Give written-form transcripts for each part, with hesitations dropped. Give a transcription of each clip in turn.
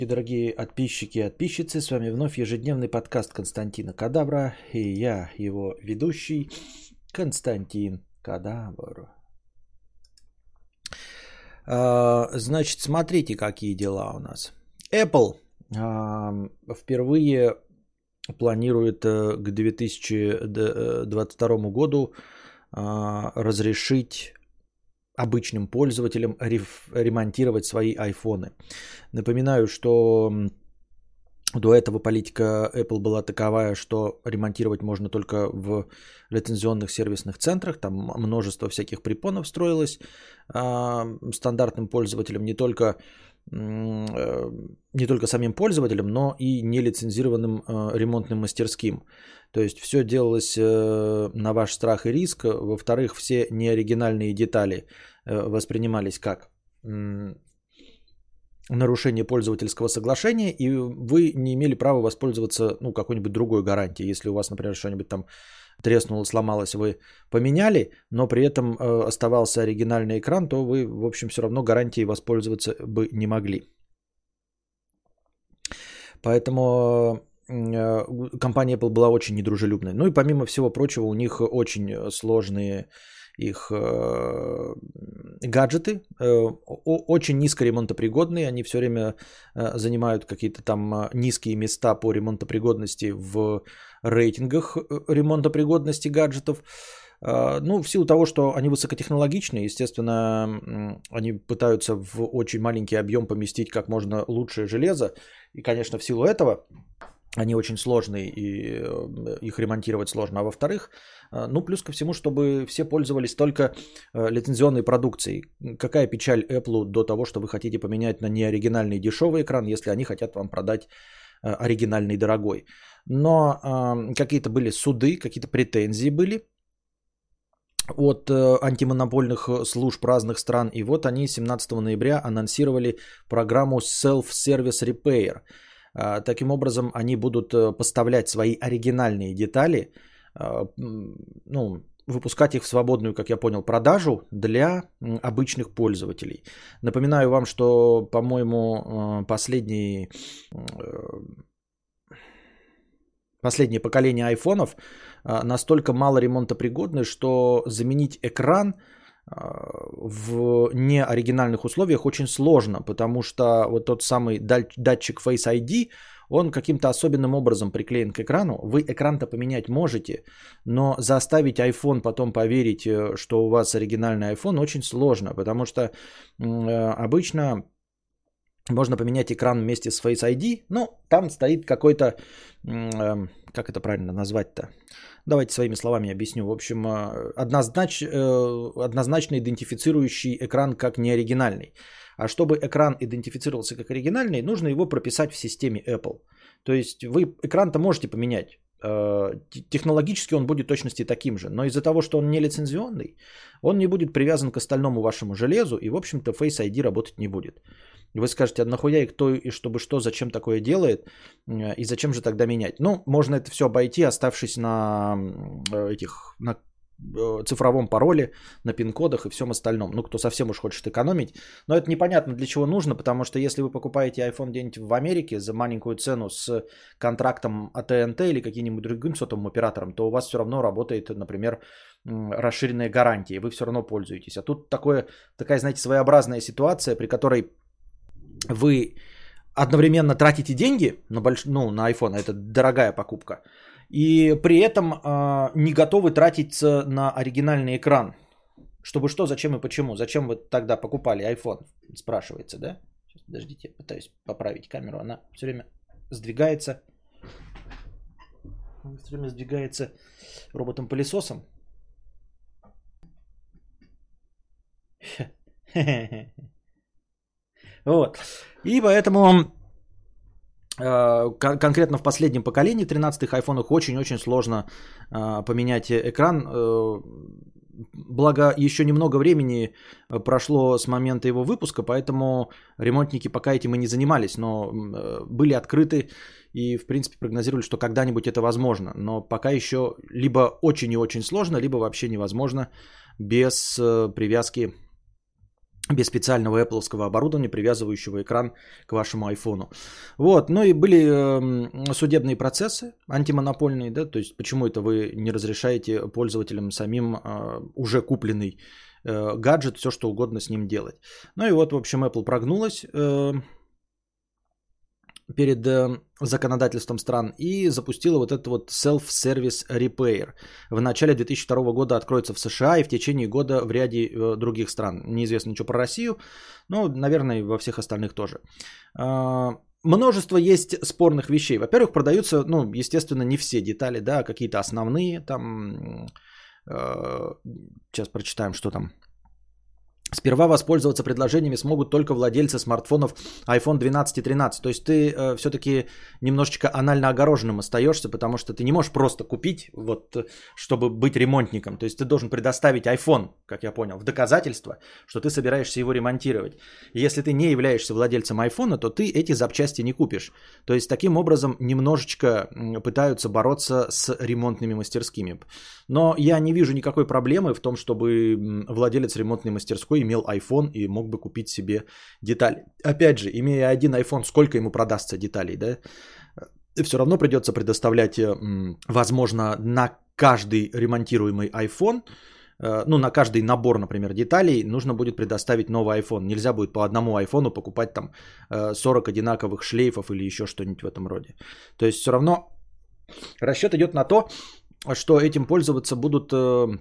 И, дорогие подписчики и подписчицы, с вами вновь ежедневный подкаст Константина Кадавра, и я, его ведущий, Константин Кадавр. Значит, смотрите, какие дела у нас. Apple впервые планирует к 2022 году разрешить обычным пользователям ремонтировать свои айфоны. Напоминаю, что до этого политика Apple была таковая, что ремонтировать можно только в лицензионных сервисных центрах. Там множество всяких препонов строилось стандартным пользователям, не только самим пользователям, но и нелицензированным ремонтным мастерским. То есть все делалось на ваш страх и риск. Во-вторых, все неоригинальные детали воспринимались как нарушение пользовательского соглашения, и вы не имели права воспользоваться какой-нибудь другой гарантией. Если у вас, например, что-нибудь там треснуло, сломалось, вы поменяли, но при этом оставался оригинальный экран, то вы, в общем, все равно гарантией воспользоваться бы не могли. Поэтому компания Apple была очень недружелюбной. Ну и помимо всего прочего, у них очень сложные их гаджеты, очень низкоремонтопригодные, они все время занимают какие-то там низкие места по ремонтопригодности в рейтингах ремонтопригодности гаджетов. Ну, в силу того, что они высокотехнологичные, естественно, они пытаются в очень маленький объем поместить как можно лучшее железо, и, конечно, в силу этого они очень сложные, и их ремонтировать сложно. А во-вторых, плюс ко всему, чтобы все пользовались только лицензионной продукцией. Какая печаль Apple до того, что вы хотите поменять на неоригинальный дешевый экран, если они хотят вам продать оригинальный дорогой. Но какие-то были суды, какие-то претензии были от антимонопольных служб разных стран. И вот они 17 ноября анонсировали программу Self-Service Repair. Таким образом, они будут поставлять свои оригинальные детали, выпускать их в свободную, как я понял, продажу для обычных пользователей. Напоминаю вам, что, по-моему, последнее поколение айфонов настолько мало ремонтопригодны, что заменить экран в неоригинальных условиях очень сложно, потому что вот тот самый датчик Face ID, он каким-то особенным образом приклеен к экрану. Вы экран-то поменять можете, но заставить iPhone потом поверить, что у вас оригинальный iPhone, очень сложно, потому что обычно можно поменять экран вместе с Face ID, но там стоит какой-то, как это правильно назвать-то? Давайте своими словами объясню. В общем, однозначно идентифицирующий экран как неоригинальный. А чтобы экран идентифицировался как оригинальный, нужно его прописать в системе Apple. То есть вы экран-то можете поменять. Технологически он будет в точности таким же. Но из-за того, что он не лицензионный, он не будет привязан к остальному вашему железу. И, в общем-то, Face ID работать не будет. Вы скажете, а нахуя и кто, и чтобы что, зачем такое делает, и зачем же тогда менять? Ну, можно это все обойти, оставшись на цифровом пароле, на пин-кодах и всем остальном. Ну, кто совсем уж хочет экономить. Но это непонятно для чего нужно, потому что если вы покупаете iPhone где-нибудь в Америке за маленькую цену с контрактом АТ&Т или каким-нибудь другим сотовым оператором, то у вас все равно работает, например, расширенная гарантия, и вы все равно пользуетесь. А тут такая, знаете, своеобразная ситуация, при которой вы одновременно тратите деньги на iPhone, это дорогая покупка, и при этом не готовы тратиться на оригинальный экран. Чтобы что, зачем и почему? Зачем вы тогда покупали iPhone? Спрашивается, да? Сейчас, подождите, я пытаюсь поправить камеру. Она все время сдвигается. Роботом-пылесосом. Вот. И поэтому конкретно в последнем поколении 13-х айфонах очень-очень сложно поменять экран. Благо, еще немного времени прошло с момента его выпуска, поэтому ремонтники пока этим и не занимались, но были открыты и, в принципе, прогнозировали, что когда-нибудь это возможно. Но пока еще либо очень и очень сложно, либо вообще невозможно без привязки без специального Apple-овского оборудования, привязывающего экран к вашему айфону. Вот, ну и были судебные процессы антимонопольные, да, то есть почему это вы не разрешаете пользователям самим уже купленный гаджет, все что угодно с ним делать. Ну и вот, в общем, Apple прогнулась перед законодательством стран и запустила вот этот вот self-service repair. В начале 2002 года откроется в США и в течение года в ряде других стран. Неизвестно ничего про Россию, но, наверное, и во всех остальных тоже. Множество есть спорных вещей. Во-первых, продаются, ну, естественно, не все детали, да, какие-то основные, там, сейчас прочитаем, что там. Сперва воспользоваться предложениями смогут только владельцы смартфонов iPhone 12 и 13. То есть ты все-таки немножечко анально огороженным остаешься, потому что ты не можешь просто купить, вот, чтобы быть ремонтником. То есть ты должен предоставить iPhone, как я понял, в доказательство, что ты собираешься его ремонтировать. И если ты не являешься владельцем iPhone, то ты эти запчасти не купишь. То есть таким образом немножечко пытаются бороться с ремонтными мастерскими. Но я не вижу никакой проблемы в том, чтобы владелец ремонтной мастерской имел iPhone и мог бы купить себе детали. Опять же, имея один iPhone, сколько ему продастся деталей, да? Все равно придется предоставлять, возможно, на каждый ремонтируемый iPhone, ну, на каждый набор, например, деталей, нужно будет предоставить новый iPhone. Нельзя будет по одному iPhone покупать там 40 одинаковых шлейфов или еще что-нибудь в этом роде. То есть все равно расчет идет на то, что этим пользоваться будут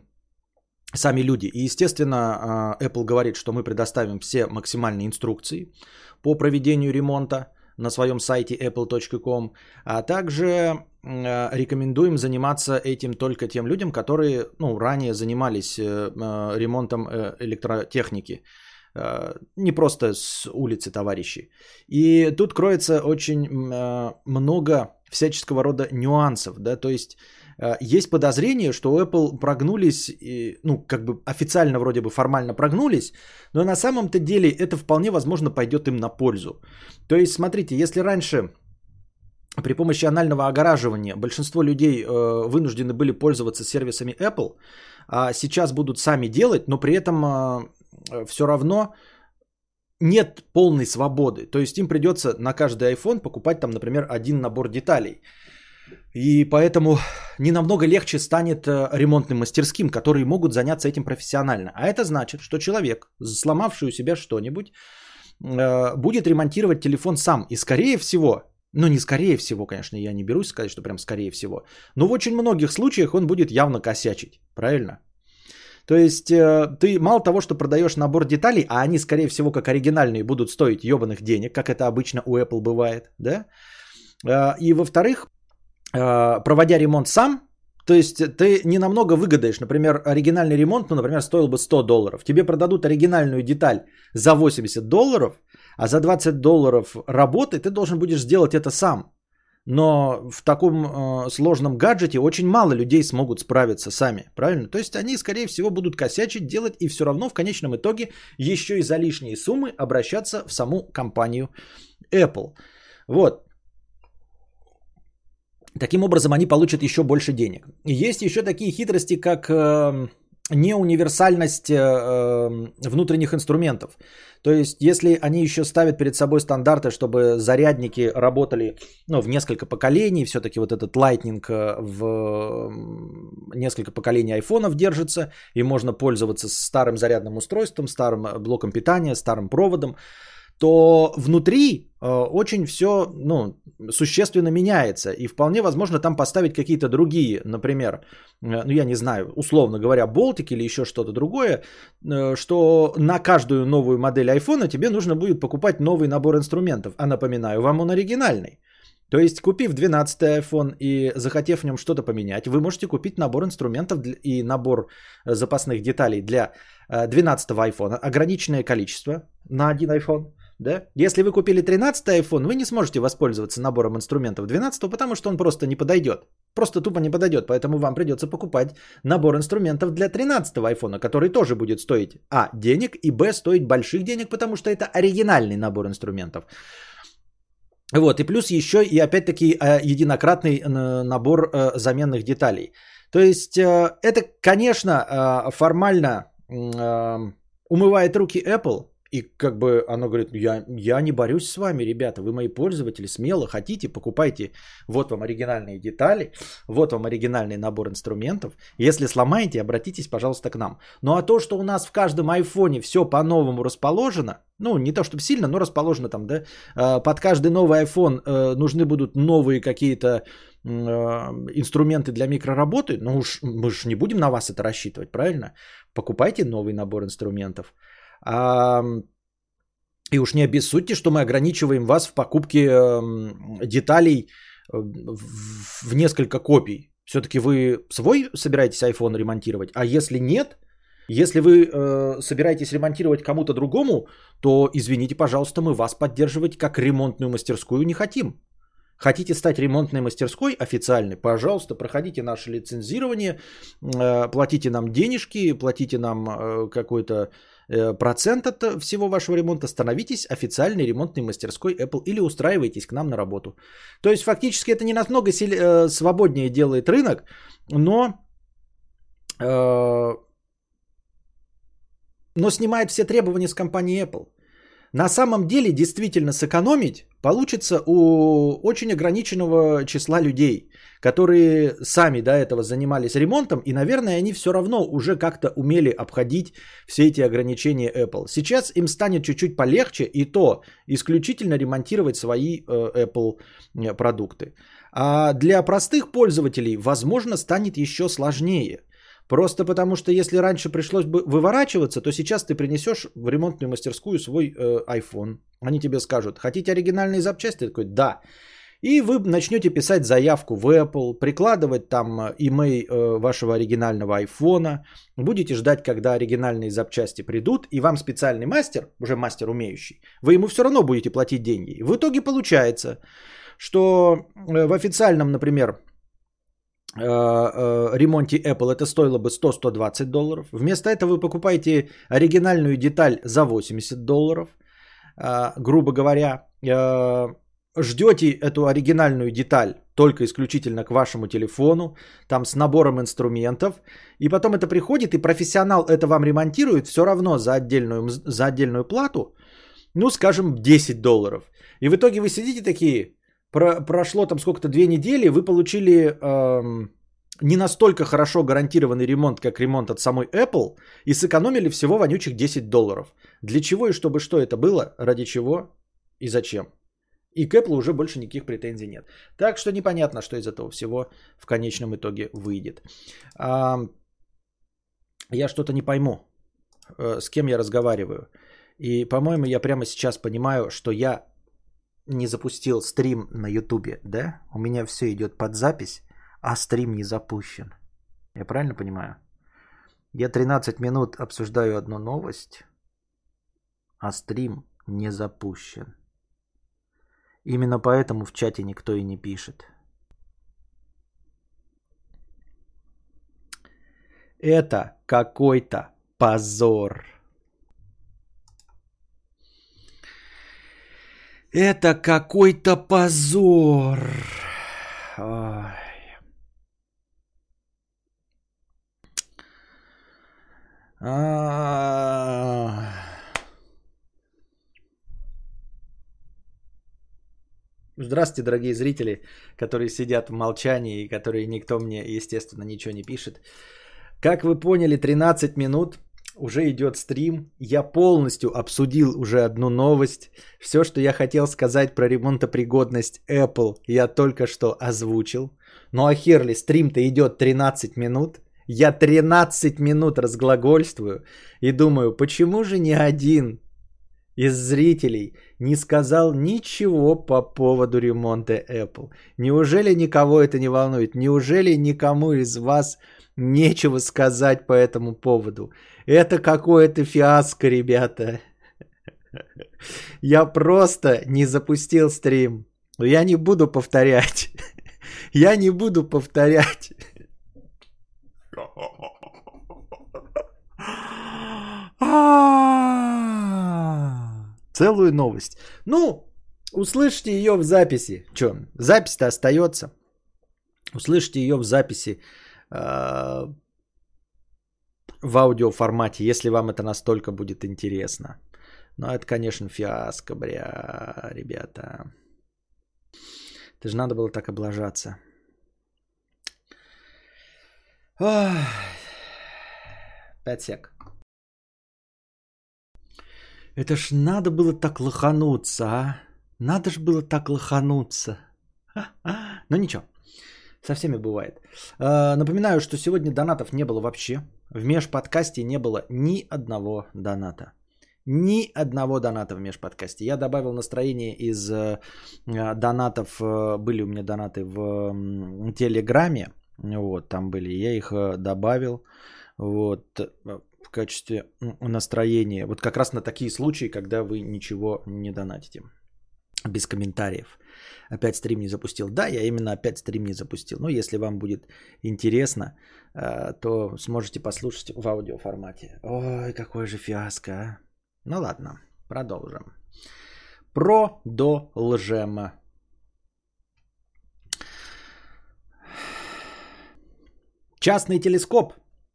сами люди. И, естественно, Apple говорит, что мы предоставим все максимальные инструкции по проведению ремонта на своем сайте apple.com, а также рекомендуем заниматься этим только тем людям, которые, ну, ранее занимались ремонтом электротехники. Не просто с улицы товарищи. И тут кроется очень много всяческого рода нюансов, да, то есть есть подозрение, что у Apple прогнулись, ну, как бы официально вроде бы формально прогнулись, но на самом-то деле это вполне возможно пойдет им на пользу. То есть, смотрите, если раньше при помощи анального огораживания большинство людей вынуждены были пользоваться сервисами Apple, а сейчас будут сами делать, но при этом все равно нет полной свободы. То есть им придется на каждый iPhone покупать там, например, один набор деталей. И поэтому не намного легче станет ремонтным мастерским, которые могут заняться этим профессионально. А это значит, что человек, сломавший у себя что-нибудь, будет ремонтировать телефон сам. И скорее всего, ну не скорее всего, конечно, я не берусь сказать, что прям скорее всего, но в очень многих случаях он будет явно косячить. Правильно? То есть ты мало того, что продаешь набор деталей, а они, скорее всего, как оригинальные, будут стоить ебаных денег, как это обычно у Apple бывает, да? И во-вторых, проводя ремонт сам, то есть ты не намного выгодаешь. Например, оригинальный ремонт, ну, например, стоил бы $100. Тебе продадут оригинальную деталь за $80, а за $20 работы ты должен будешь сделать это сам. Но в таком сложном гаджете очень мало людей смогут справиться сами, правильно? То есть они, скорее всего, будут косячить, делать и все равно в конечном итоге еще и за лишние суммы обращаться в саму компанию Apple. Вот. Таким образом, они получат еще больше денег. Есть еще такие хитрости, как неуниверсальность внутренних инструментов. То есть, если они еще ставят перед собой стандарты, чтобы зарядники работали, ну, в несколько поколений, все-таки вот этот Lightning в несколько поколений айфонов держится, и можно пользоваться старым зарядным устройством, старым блоком питания, старым проводом, то внутри очень все, ну, существенно меняется. И вполне возможно там поставить какие-то другие, например, ну я не знаю, условно говоря, болтики или еще что-то другое, что на каждую новую модель айфона тебе нужно будет покупать новый набор инструментов. А напоминаю, вам он оригинальный. То есть, купив 12-й iPhone и захотев в нем что-то поменять, вы можете купить набор инструментов и набор запасных деталей для 12-го iPhone. Ограниченное количество на один iPhone. Да? Если вы купили 13-й iPhone, вы не сможете воспользоваться набором инструментов 12-го, потому что он просто не подойдет. Просто тупо не подойдет, поэтому вам придется покупать набор инструментов для 13-го iPhone, который тоже будет стоить денег, и стоить больших денег, потому что это оригинальный набор инструментов. Вот, и плюс еще и опять-таки единократный набор заменных деталей. То есть это, конечно, формально умывает руки Apple, И как бы оно говорит, я не борюсь с вами, ребята, вы мои пользователи, смело хотите, покупайте, вот вам оригинальные детали, вот вам оригинальный набор инструментов. Если сломаете, обратитесь, пожалуйста, к нам. Ну а то, что у нас в каждом айфоне все по-новому расположено, ну не то чтобы сильно, но расположено там, да, под каждый новый iPhone нужны будут новые какие-то инструменты для микроработы, ну уж мы же не будем на вас это рассчитывать, правильно? Покупайте новый набор инструментов. И уж не обессудьте, что мы ограничиваем вас в покупке деталей в несколько копий. Все-таки вы свой собираетесь iPhone ремонтировать, а если нет, если вы собираетесь ремонтировать кому-то другому, то извините, пожалуйста, мы вас поддерживать как ремонтную мастерскую не хотим. Хотите стать ремонтной мастерской официальной? Пожалуйста, проходите наше лицензирование, платите нам денежки, платите нам какой-то процент от всего вашего ремонта, становитесь официальной ремонтной мастерской Apple или устраивайтесь к нам на работу. То есть фактически это не намного свободнее делает рынок, но снимает все требования с компании Apple. На самом деле, действительно сэкономить получится у очень ограниченного числа людей, которые сами до этого занимались ремонтом, и, наверное, они все равно уже как-то умели обходить все эти ограничения Apple. Сейчас им станет чуть-чуть полегче, и то исключительно ремонтировать свои Apple продукты. А для простых пользователей, возможно, станет еще сложнее. Просто потому, что если раньше пришлось бы выворачиваться, то сейчас ты принесешь в ремонтную мастерскую свой iPhone. Они тебе скажут, хотите оригинальные запчасти? Ты такой, да. И вы начнете писать заявку в Apple, прикладывать там имей вашего оригинального iPhone. Будете ждать, когда оригинальные запчасти придут, и вам специальный мастер, уже мастер умеющий, вы ему все равно будете платить деньги. В итоге получается, что в официальном, например, ремонте Apple это стоило бы $100-120. Вместо этого вы покупаете оригинальную деталь за $80, грубо говоря. Ждете эту оригинальную деталь только исключительно к вашему телефону, там с набором инструментов, и потом это приходит, и профессионал это вам ремонтирует все равно за отдельную плату, ну, скажем, $10. И в итоге вы сидите такие... Прошло там сколько-то 2 недели, вы получили не настолько хорошо гарантированный ремонт, как ремонт от самой Apple, и сэкономили всего вонючих $10. Для чего и чтобы что это было, ради чего и зачем. И к Apple уже больше никаких претензий нет. Так что непонятно, что из этого всего в конечном итоге выйдет. Я что-то не пойму, с кем я разговариваю. И, по-моему, я прямо сейчас понимаю, что я не запустил стрим на Ютубе, да? У меня все идет под запись, а стрим не запущен. Я правильно понимаю? Я 13 минут обсуждаю одну новость, а стрим не запущен. Именно поэтому в чате никто и не пишет. Это какой-то позор. Это какой-то позор. Ой. Здравствуйте, дорогие зрители, которые сидят в молчании и которые никто мне, естественно, ничего не пишет. Как вы поняли, 13 минут. Уже идет стрим, я полностью обсудил уже одну новость. Все, что я хотел сказать про ремонтопригодность Apple, я только что озвучил. Ну а херли, стрим-то идет 13 минут. Я 13 минут разглагольствую и думаю, почему же ни один из зрителей не сказал ничего по поводу ремонта Apple? Неужели никого это не волнует? Неужели никому из вас нечего сказать по этому поводу? Это какое-то фиаско, ребята. Я просто не запустил стрим. Я не буду повторять. Я не буду повторять. Целую новость. Ну, услышите ее в записи. Че, запись-то остается. Услышите ее в записи в аудиоформате, если вам это настолько будет интересно. Ну, это, конечно, фиаско, бля, ребята. Это же надо было так облажаться. Ох. 5 сек. Это ж надо было так лохануться, а? Надо ж было так лохануться. Ну ничего, со всеми бывает. Напоминаю, что сегодня донатов не было вообще. В межподкасте не было ни одного доната. Ни одного доната в межподкасте. Я добавил настроение из донатов. Были у меня донаты в Телеграме. Вот, там были. Я их добавил. Вот, в качестве настроения. Вот как раз на такие случаи, когда вы ничего не донатите. Без комментариев. Опять стрим не запустил. Да, я именно опять стрим не запустил. Но если вам будет интересно, то сможете послушать в аудиоформате. Ой, какой же фиаско, а. Ну ладно, продолжим. Продолжим. Частный телескоп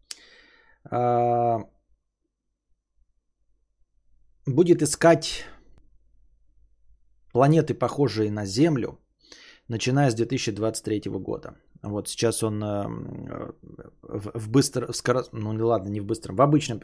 будет искать планеты, похожие на Землю, начиная с 2023 года. Вот сейчас он в быстром, ну не ладно, не в быстром, в обычном.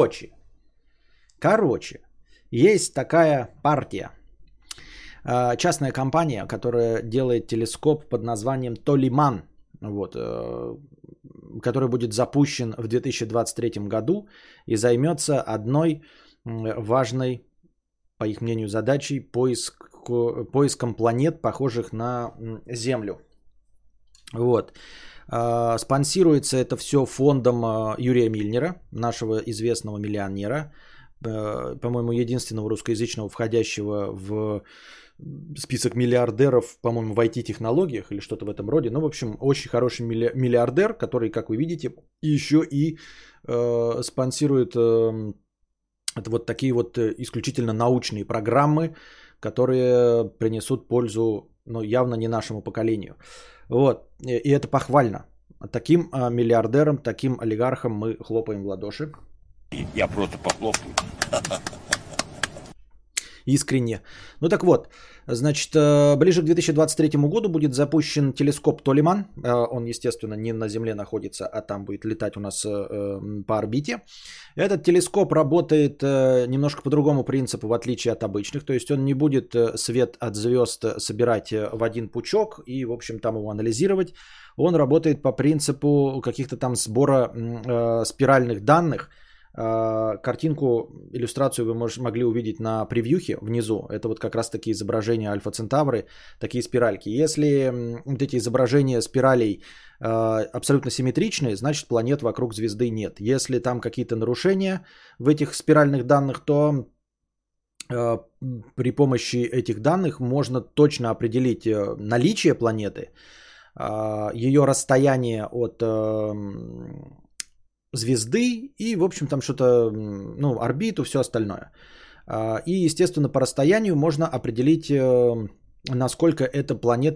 Короче, есть такая партия, частная компания, которая делает телескоп под названием Толиман, вот, который будет запущен в 2023 году и займется одной важной, по их мнению, задачей поиском планет, похожих на Землю. Вот. Спонсируется это все фондом Юрия Мильнера, нашего известного миллионера, по-моему, единственного русскоязычного, входящего в список миллиардеров, по-моему, в IT-технологиях или что-то в этом роде. Ну, в общем, очень хороший миллиардер, который, как вы видите, еще и спонсирует вот такие вот исключительно научные программы, которые принесут пользу, ну, явно не нашему поколению. Вот. И это похвально. Таким миллиардерам, таким олигархам мы хлопаем в ладоши. Я просто похлопаю. Искренне. Ну так вот, значит, ближе к 2023 году будет запущен телескоп Толиман. Он, естественно, не на Земле находится, а там будет летать у нас по орбите. Этот телескоп работает немножко по другому принципу, в отличие от обычных. То есть он не будет свет от звезд собирать в один пучок и, в общем, там его анализировать. Он работает по принципу каких-то там сбора спиральных данных. Картинку, иллюстрацию вы могли увидеть на превьюхе внизу. Это вот как раз такие изображения Альфа Центавры, такие спиральки. Если вот эти изображения спиралей абсолютно симметричные, значит планет вокруг звезды нет. Если там какие-то нарушения в этих спиральных данных, то при помощи этих данных можно точно определить наличие планеты, ее расстояние от звезды и, в общем, там что-то, ну, орбиту, все остальное. И, естественно, по расстоянию можно определить, насколько эта планета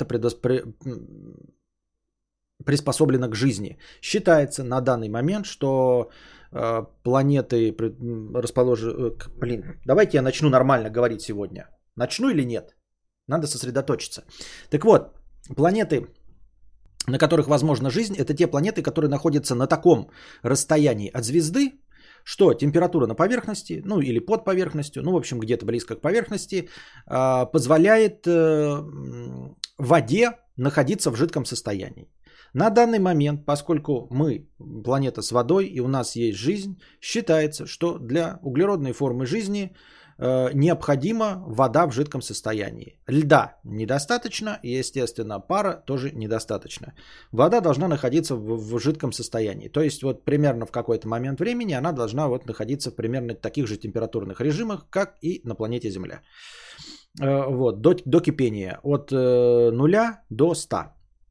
приспособлена к жизни. Считается на данный момент, что планеты расположены... Блин, давайте я начну нормально говорить сегодня. Начну или нет? Надо сосредоточиться. Так вот, планеты, на которых возможна жизнь, это те планеты, которые находятся на таком расстоянии от звезды, что температура на поверхности, ну или под поверхностью, ну в общем где-то близко к поверхности, позволяет воде находиться в жидком состоянии. На данный момент, поскольку мы планета с водой и у нас есть жизнь, считается, что для углеродной формы жизни необходима вода в жидком состоянии. Льда недостаточно, и, естественно, пара тоже недостаточно. Вода должна находиться в жидком состоянии. То есть вот примерно в какой-то момент времени она должна вот находиться в примерно таких же температурных режимах, как и на планете Земля. Вот, до кипения от 0 до 100.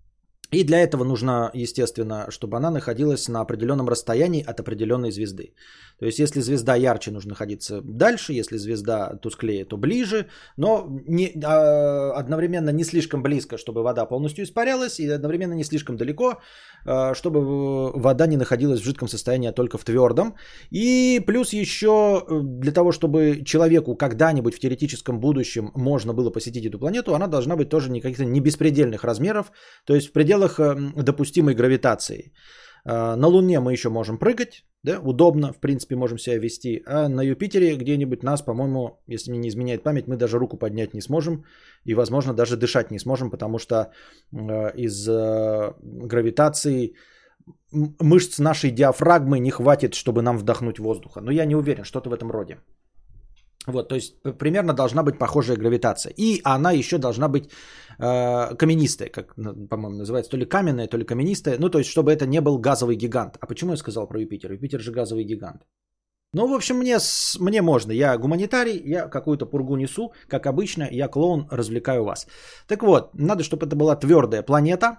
И для этого нужно, естественно, чтобы она находилась на определенном расстоянии от определенной звезды. То есть, если звезда ярче, нужно находиться дальше, если звезда тусклее, то ближе, но одновременно не слишком близко, чтобы вода полностью испарялась, и одновременно не слишком далеко, чтобы вода не находилась в жидком состоянии, а только в твердом. И плюс еще для того, чтобы человеку когда-нибудь в теоретическом будущем можно было посетить эту планету, она должна быть тоже не каких-то не беспредельных размеров, то есть в пределах допустимой гравитации. На Луне мы еще можем прыгать, да, удобно, в принципе, можем себя вести. А на Юпитере где-нибудь нас, по-моему, если мне не изменяет память, мы даже руку поднять не сможем. И, возможно, даже дышать не сможем, потому что из гравитации мышц нашей диафрагмы не хватит, чтобы нам вдохнуть воздуха. Но я не уверен, что-то в этом роде. Вот, то есть примерно должна быть похожая гравитация. И она еще должна быть каменистая, как, по-моему, называется, то ли каменная, то ли каменистая. Ну, то есть, чтобы это не был газовый гигант. А почему я сказал про Юпитер? Юпитер же газовый гигант. Ну, в общем, мне можно. Я гуманитарий, я какую-то пургу несу. Как обычно, я клоун, развлекаю вас. Так вот, надо, чтобы это была твердая планета.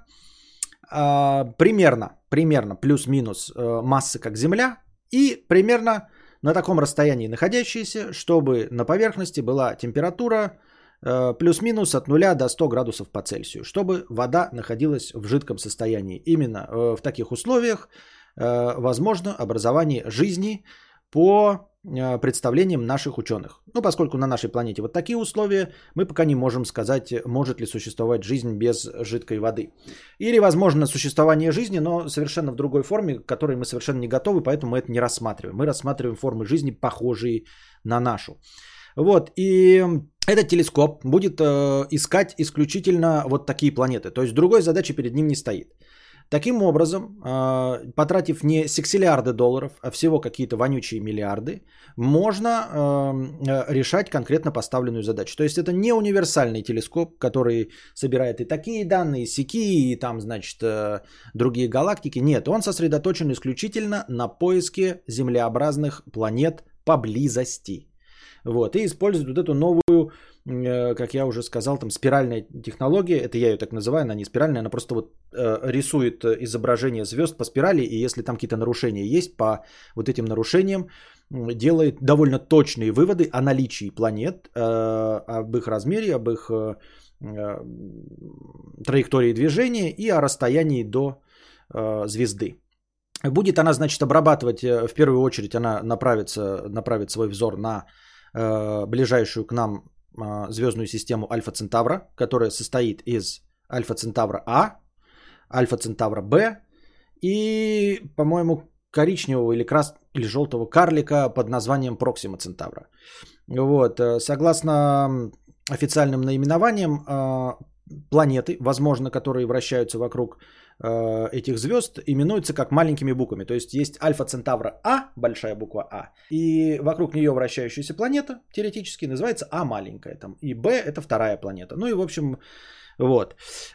Примерно плюс-минус массы, как Земля. И примерно на таком расстоянии находящиеся, чтобы на поверхности была температура плюс-минус от 0 до 100 градусов по Цельсию, чтобы вода находилась в жидком состоянии. Именно в таких условиях возможно образование жизни по представлениям наших ученых. Ну, поскольку на нашей планете вот такие условия, мы пока не можем сказать, может ли существовать жизнь без жидкой воды. Или, возможно, существование жизни, но совершенно в другой форме, к которой мы совершенно не готовы, поэтому мы это не рассматриваем. Мы рассматриваем формы жизни, похожие на нашу. Вот, и этот телескоп будет искать исключительно вот такие планеты. То есть другой задачи перед ним не стоит. Таким образом, потратив не сексиллиарды долларов, а всего какие-то вонючие миллиарды, можно решать конкретно поставленную задачу. То есть это не универсальный телескоп, который собирает и такие данные, и сякие, и там, значит, другие галактики. Нет, он сосредоточен исключительно на поиске землеобразных планет поблизости. Вот, и использует вот эту новую, как я уже сказал, там спиральная технология, это я ее так называю, она не спиральная, она просто вот рисует изображение звезд по спирали, и если там какие-то нарушения есть, по вот этим нарушениям делает довольно точные выводы о наличии планет, об их размере, об их траектории движения и о расстоянии до звезды. Будет она, значит, обрабатывать, в первую очередь она направит свой взор на ближайшую к нам звездную систему Альфа Центавра, которая состоит из Альфа Центавра А, Альфа Центавра Б и, по-моему, коричневого или желтого карлика под названием Проксима Центавра. Вот. Согласно официальным наименованиям, планеты, возможно, которые вращаются вокруг этих звезд, именуются как маленькими буквами. То есть Альфа Центавра А, большая буква А, и вокруг нее вращающаяся планета, теоретически называется А маленькая. Там, и Б это вторая планета. Ну и в общем, вот.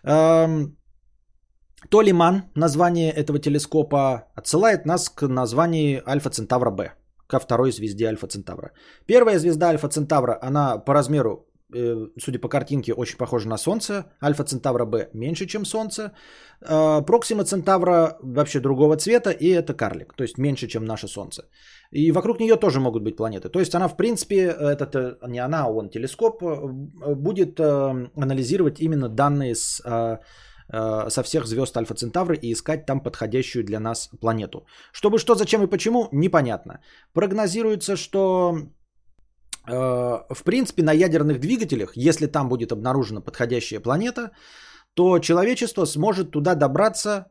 Толиман, название этого телескопа, отсылает нас к названию Альфа Центавра Б, ко второй звезде Альфа Центавра. Первая звезда Альфа Центавра, она по размеру, судя по картинке, очень похожа на Солнце. Альфа Центавра Б меньше, чем Солнце. Проксима Центавра вообще другого цвета, и это карлик, то есть меньше, чем наше Солнце. И вокруг нее тоже могут быть планеты. То есть она, в принципе, это не она, а он телескоп, будет анализировать именно данные со всех звезд Альфа Центавры и искать там подходящую для нас планету. Чтобы что, зачем и почему, непонятно. Прогнозируется, что в принципе на ядерных двигателях, если там будет обнаружена подходящая планета, то человечество сможет туда добраться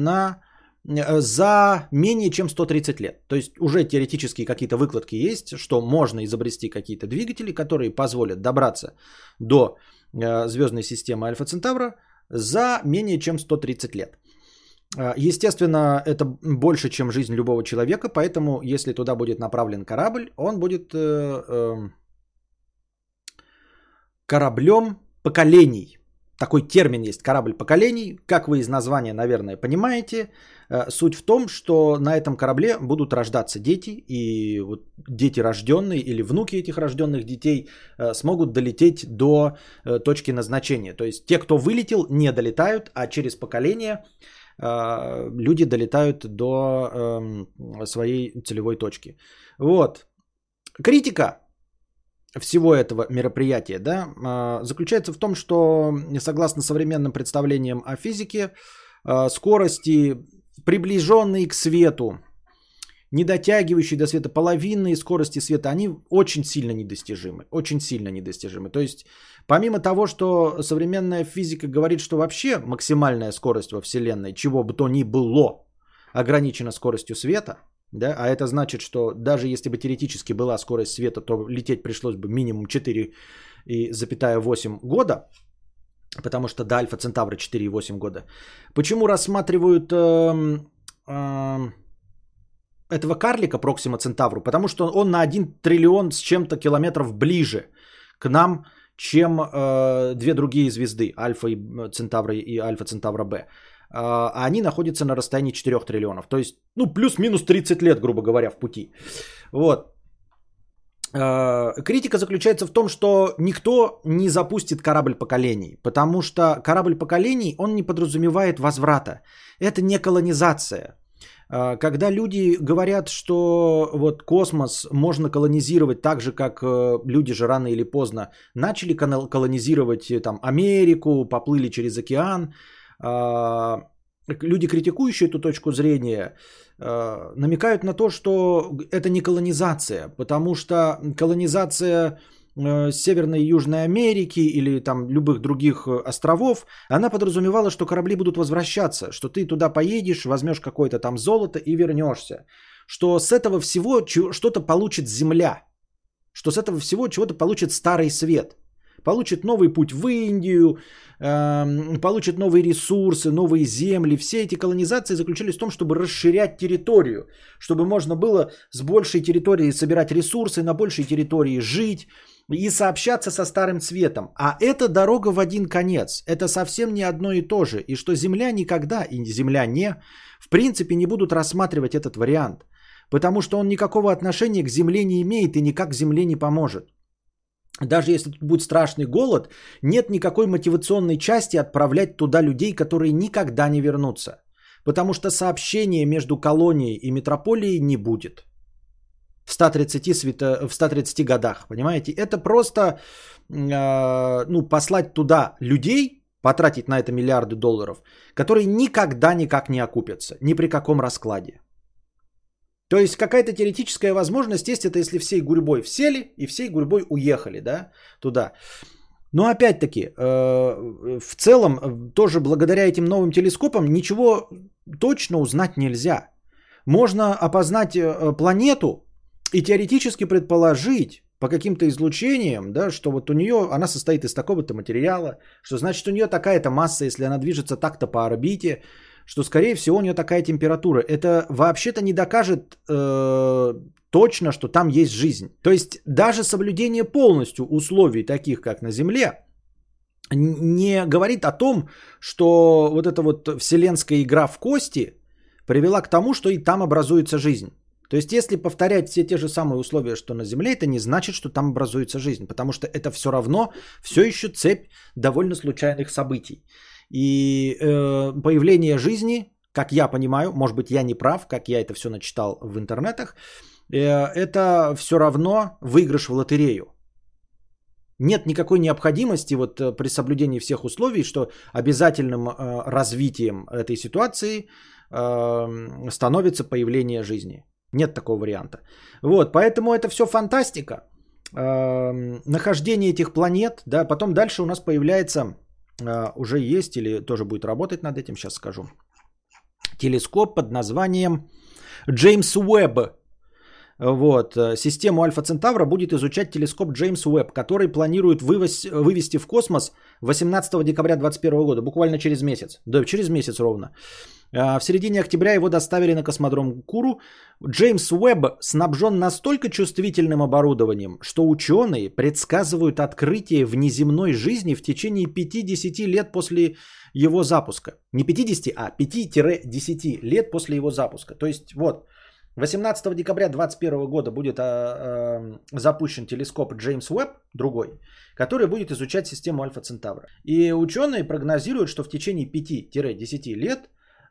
за менее чем 130 лет. То есть уже теоретически какие-то выкладки есть, что можно изобрести какие-то двигатели, которые позволят добраться до звездной системы Альфа Центавра за менее чем 130 лет. Естественно, это больше, чем жизнь любого человека, поэтому если туда будет направлен корабль, он будет кораблем поколений. такой термин есть, корабль поколений. Как вы из названия, наверное, понимаете, суть в том, что на этом корабле будут рождаться дети, и вот дети рожденные или внуки этих рожденных детей смогут долететь до точки назначения. То есть те, кто вылетел, не долетают, а через поколение люди долетают до своей целевой точки. Вот. Критика всего этого мероприятия, да, заключается в том, что согласно современным представлениям о физике, скорости, приближенные к свету, не дотягивающие до света, половинные скорости света, они очень сильно недостижимы. Очень сильно недостижимы. То есть, помимо того, что современная физика говорит, что вообще максимальная скорость во Вселенной, чего бы то ни было, ограничена скоростью света, да, а это значит, что даже если бы теоретически была скорость света, то лететь пришлось бы минимум 4,8 года, потому что до Альфа Центавра 4,8 года. Почему рассматривают этого карлика Проксима Центавру? Потому что он на 1 триллион с чем-то километров ближе к нам, чем две другие звезды, Альфа Центавра и Альфа Центавра Б. А они находятся на расстоянии 4 триллионов. То есть, ну, плюс-минус 30 лет, грубо говоря, в пути. Вот. Критика заключается в том, что никто не запустит корабль поколений, потому что корабль поколений, он не подразумевает возврата. Это не колонизация. Когда люди говорят, что вот космос можно колонизировать так же, как люди же рано или поздно начали колонизировать там Америку, поплыли через океан, люди, критикующие эту точку зрения, намекают на то, что это не колонизация, потому что колонизация Северной и Южной Америки или там любых других островов, она подразумевала, что корабли будут возвращаться, что ты туда поедешь, возьмешь какое-то там золото и вернешься, что с этого всего что-то получит Земля, что с этого всего чего-то получит Старый Свет. Получит новый путь в Индию, получит новые ресурсы, новые земли. Все эти колонизации заключались в том, чтобы расширять территорию, чтобы можно было с большей территории собирать ресурсы, на большей территории жить и сообщаться со Старым Светом. А это дорога в один конец. Это совсем не одно и то же. И что Земля никогда, и земляне, в принципе, не будут рассматривать этот вариант. Потому что он никакого отношения к Земле не имеет и никак Земле не поможет. Даже если тут будет страшный голод, нет никакой мотивационной части отправлять туда людей, которые никогда не вернутся. Потому что сообщения между колонией и метрополией не будет. В 130 годах, понимаете? Это просто послать туда людей, потратить на это миллиарды долларов, которые никогда никак не окупятся. Ни при каком раскладе. То есть какая-то теоретическая возможность есть, это если всей гурьбой всели и всей гурьбой уехали, да, туда. Но опять-таки, в целом, тоже благодаря этим новым телескопам ничего точно узнать нельзя. Можно опознать планету и теоретически предположить по каким-то излучениям, да, что вот у нее, она состоит из такого-то материала, что значит у нее такая-то масса, если она движется так-то по орбите, что, скорее всего, у нее такая температура. Это вообще-то не докажет точно, что там есть жизнь. То есть даже соблюдение полностью условий, таких как на Земле, не говорит о том, что вот эта вот вселенская игра в кости привела к тому, что и там образуется жизнь. То есть если повторять все те же самые условия, что на Земле, это не значит, что там образуется жизнь, потому что это все равно все еще цепь довольно случайных событий. И появление жизни, как я понимаю, может быть я не прав, как я это все начитал в интернетах, это все равно выигрыш в лотерею. Нет никакой необходимости вот при соблюдении всех условий, что обязательным развитием этой ситуации становится появление жизни. Нет такого варианта. Вот, поэтому это все фантастика. Нахождение этих планет, да, потом дальше у нас появляется... уже есть или тоже будет работать над этим, сейчас скажу. Телескоп под названием Джеймс Уэбб. Вот. Систему Альфа Центавра будет изучать телескоп Джеймс Уэбб, который планирует вывести в космос 18 декабря 2021 года, буквально через месяц. Да, через месяц ровно. В середине октября его доставили на космодром Куру. Джеймс Уэбб снабжен настолько чувствительным оборудованием, что ученые предсказывают открытие внеземной жизни в течение 50 лет после его запуска. Не 50, а 5-10 лет после его запуска. То есть вот 18 декабря 2021 года будет запущен телескоп Джеймс Уэбб, другой, который будет изучать систему Альфа Центавра. И ученые прогнозируют, что в течение 5-10 лет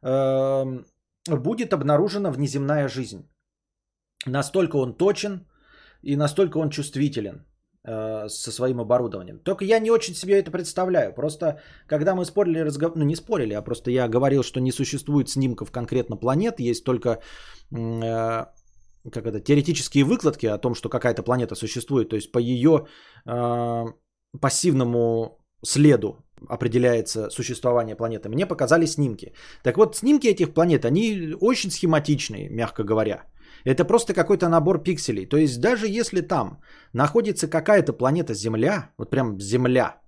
будет обнаружена внеземная жизнь. Настолько он точен и настолько он чувствителен со своим оборудованием. Только я не очень себе это представляю. Просто когда мы спорили, не спорили, а просто я говорил, что не существует снимков конкретно планет, есть только теоретические выкладки о том, что какая-то планета существует, то есть по ее пассивному следу определяется существование планеты. Мне показали снимки. Так вот, снимки этих планет, они очень схематичные, мягко говоря. Это просто какой-то набор пикселей. То есть даже если там находится какая-то планета Земля, вот прям Земля,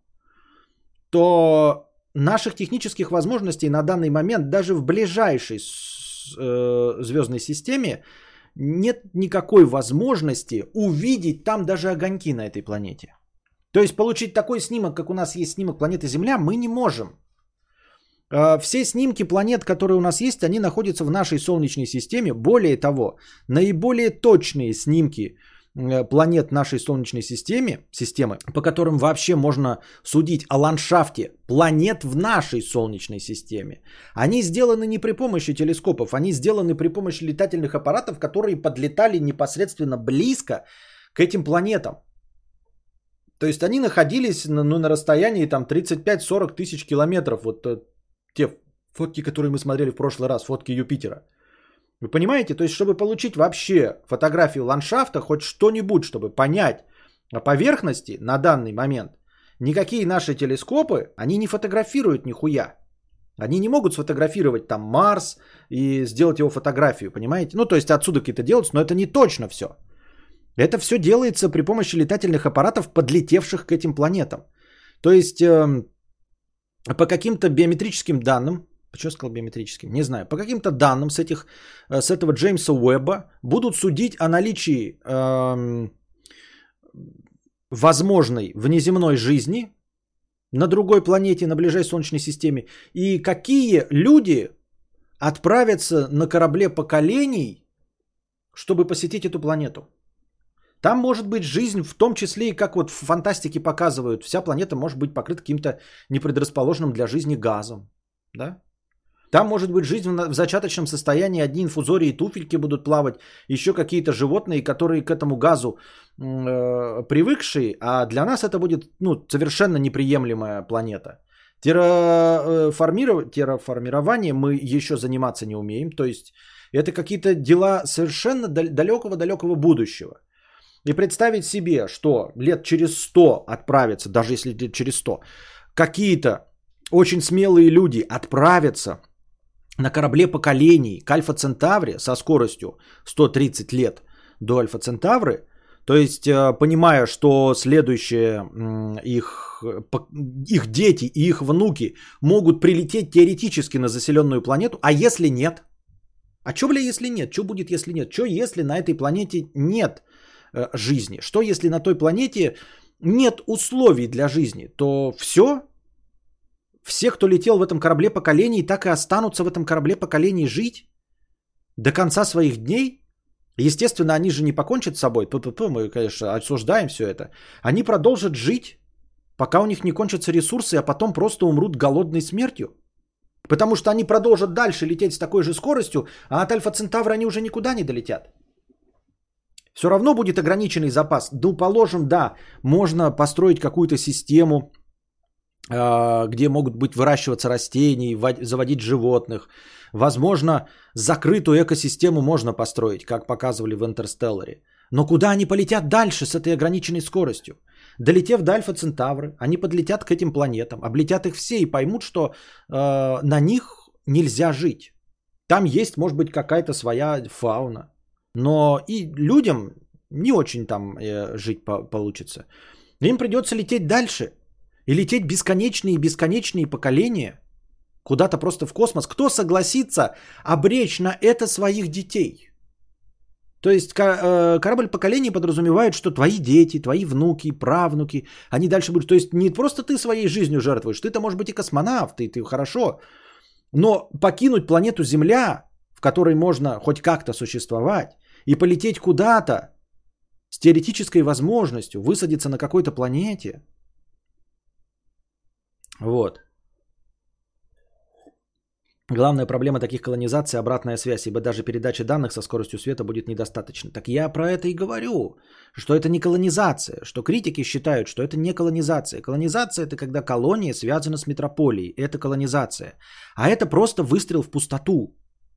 то наших технических возможностей на данный момент даже в ближайшей звездной системе нет никакой возможности увидеть там даже огоньки на этой планете. То есть получить такой снимок, как у нас есть снимок планеты Земля, мы не можем. Все снимки планет, которые у нас есть, они находятся в нашей Солнечной системе. Более того, наиболее точные снимки планет нашей Солнечной системы, по которым вообще можно судить о ландшафте планет в нашей Солнечной системе, они сделаны не при помощи телескопов, они сделаны при помощи летательных аппаратов, которые подлетали непосредственно близко к этим планетам. То есть они находились на расстоянии там 35-40 тысяч километров. Вот те фотки, которые мы смотрели в прошлый раз, фотки Юпитера. Вы понимаете? То есть, чтобы получить вообще фотографию ландшафта, хоть что-нибудь, чтобы понять о поверхности на данный момент, никакие наши телескопы, они не фотографируют нихуя. Они не могут сфотографировать там Марс и сделать его фотографию, понимаете? Ну, то есть отсюда какие-то делаются, но это не точно все. Это все делается при помощи летательных аппаратов, подлетевших к этим планетам. То есть по каким-то биометрическим данным, почему я сказал биометрическим, не знаю, по каким-то данным с этого Джеймса Уэбба будут судить о наличии возможной внеземной жизни на другой планете, на ближайшей Солнечной системе, и какие люди отправятся на корабле поколений, чтобы посетить эту планету. Там может быть жизнь, в том числе и как вот в фантастике показывают, вся планета может быть покрыта каким-то непредрасположенным для жизни газом. Да? Там может быть жизнь в зачаточном состоянии, одни инфузории и туфельки будут плавать, еще какие-то животные, которые к этому газу привыкшие, а для нас это будет совершенно неприемлемая планета. Терраформированием мы еще заниматься не умеем, то есть это какие-то дела совершенно далекого-далекого будущего. И представить себе, что лет через 100 отправятся, даже если лет через 100, какие-то очень смелые люди отправятся на корабле поколений к Альфа Центавре со скоростью 130 лет до Альфа Центавры, то есть понимая, что следующие их дети и их внуки могут прилететь теоретически на заселенную планету, а если нет? А что, бля, если нет? Что будет, если нет? Что, если на этой планете нет жизни? Что, если на той планете нет условий для жизни? То все, кто летел в этом корабле поколений, так и останутся в этом корабле поколений жить до конца своих дней. Естественно, они же не покончат с собой. Мы, конечно, осуждаем все это. Они продолжат жить, пока у них не кончатся ресурсы, а потом просто умрут голодной смертью. Потому что они продолжат дальше лететь с такой же скоростью, а от Альфа Центавра они уже никуда не долетят. Все равно будет ограниченный запас. Ну, положим, да, можно построить какую-то систему, где могут быть выращиваться растения, заводить животных. Возможно, закрытую экосистему можно построить, как показывали в «Интерстелларе». Но куда они полетят дальше с этой ограниченной скоростью? Долетев до Альфа Центавры, они подлетят к этим планетам, облетят их все и поймут, что на них нельзя жить. Там есть, может быть, какая-то своя фауна. Но и людям не очень там жить получится. Им придется лететь дальше. И лететь бесконечные и бесконечные поколения. Куда-то просто в космос. Кто согласится обречь на это своих детей? То есть корабль поколений подразумевает, что твои дети, твои внуки, правнуки, они дальше будут... То есть не просто ты своей жизнью жертвуешь, ты-то, может быть, и космонавт, и ты хорошо. Но покинуть планету Земля, в которой можно хоть как-то существовать, и полететь куда-то с теоретической возможностью высадиться на какой-то планете. Вот. Главная проблема таких колонизаций – обратная связь, ибо даже передача данных со скоростью света будет недостаточно. Так я про это и говорю, что это не колонизация, что критики считают, что это не колонизация. Колонизация – это когда колония связана с метрополией, это колонизация. А это просто выстрел в пустоту.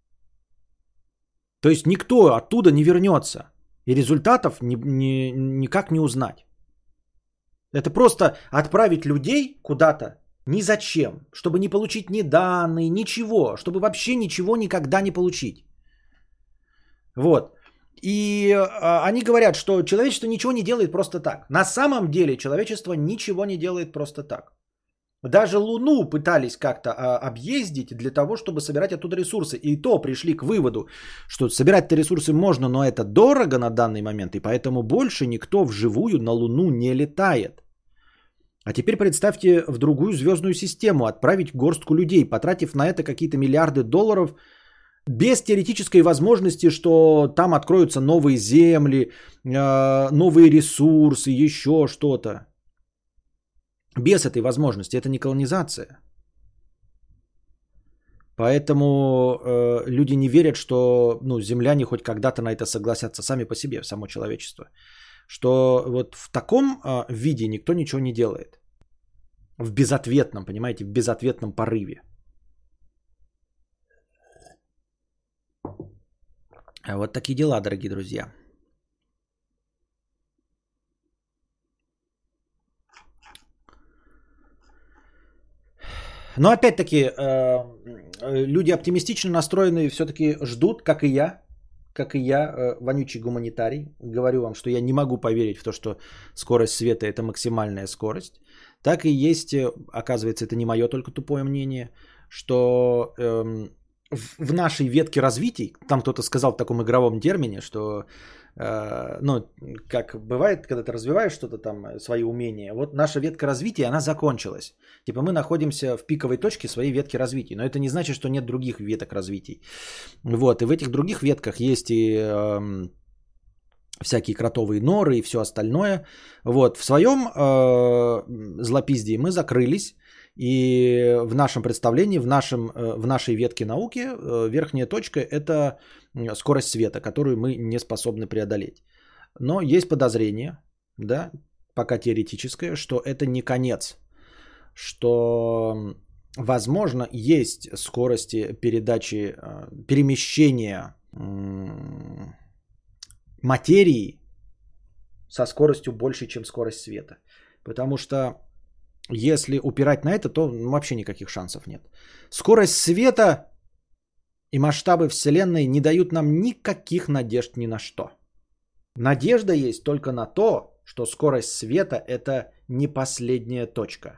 То есть никто оттуда не вернется, и результатов никак не узнать. Это просто отправить людей куда-то, ни зачем, чтобы не получить ни данные, ничего, чтобы вообще ничего никогда не получить. Вот. И они говорят, что человечество ничего не делает просто так. На самом деле человечество ничего не делает просто так. Даже Луну пытались как-то объездить для того, чтобы собирать оттуда ресурсы. И то пришли к выводу, что собирать-то ресурсы можно, но это дорого на данный момент. И поэтому больше никто вживую на Луну не летает. А теперь представьте в другую звездную систему отправить горстку людей, потратив на это какие-то миллиарды долларов, без теоретической возможности, что там откроются новые земли, новые ресурсы, еще что-то. Без этой возможности. Это не колонизация. Поэтому люди не верят, что земляне хоть когда-то на это согласятся сами по себе, само человечество. Что вот в таком виде никто ничего не делает. В безответном, понимаете, в безответном порыве. Вот такие дела, дорогие друзья. Но опять-таки, люди оптимистично настроенные все-таки ждут, как и я, вонючий гуманитарий. Говорю вам, что я не могу поверить в то, что скорость света – это максимальная скорость. Так и есть, оказывается, это не мое только тупое мнение, что в нашей ветке развитий, там кто-то сказал в таком игровом термине, что, как бывает, когда ты развиваешь что-то там, свои умения, вот наша ветка развития, она закончилась. Типа мы находимся в пиковой точке своей ветки развития, но это не значит, что нет других веток развитий. Вот, и в этих других ветках есть и всякие кротовые норы и все остальное. Вот, в своем злопиздии мы закрылись. И в нашем представлении, в нашей ветке науки верхняя точка – это скорость света, которую мы не способны преодолеть. Но есть подозрение, да, пока теоретическое, что это не конец, что, возможно, есть скорости передачи, перемещения материи со скоростью больше, чем скорость света. Потому что если упирать на это, то вообще никаких шансов нет. Скорость света и масштабы Вселенной не дают нам никаких надежд ни на что. Надежда есть только на то, что скорость света – это не последняя точка.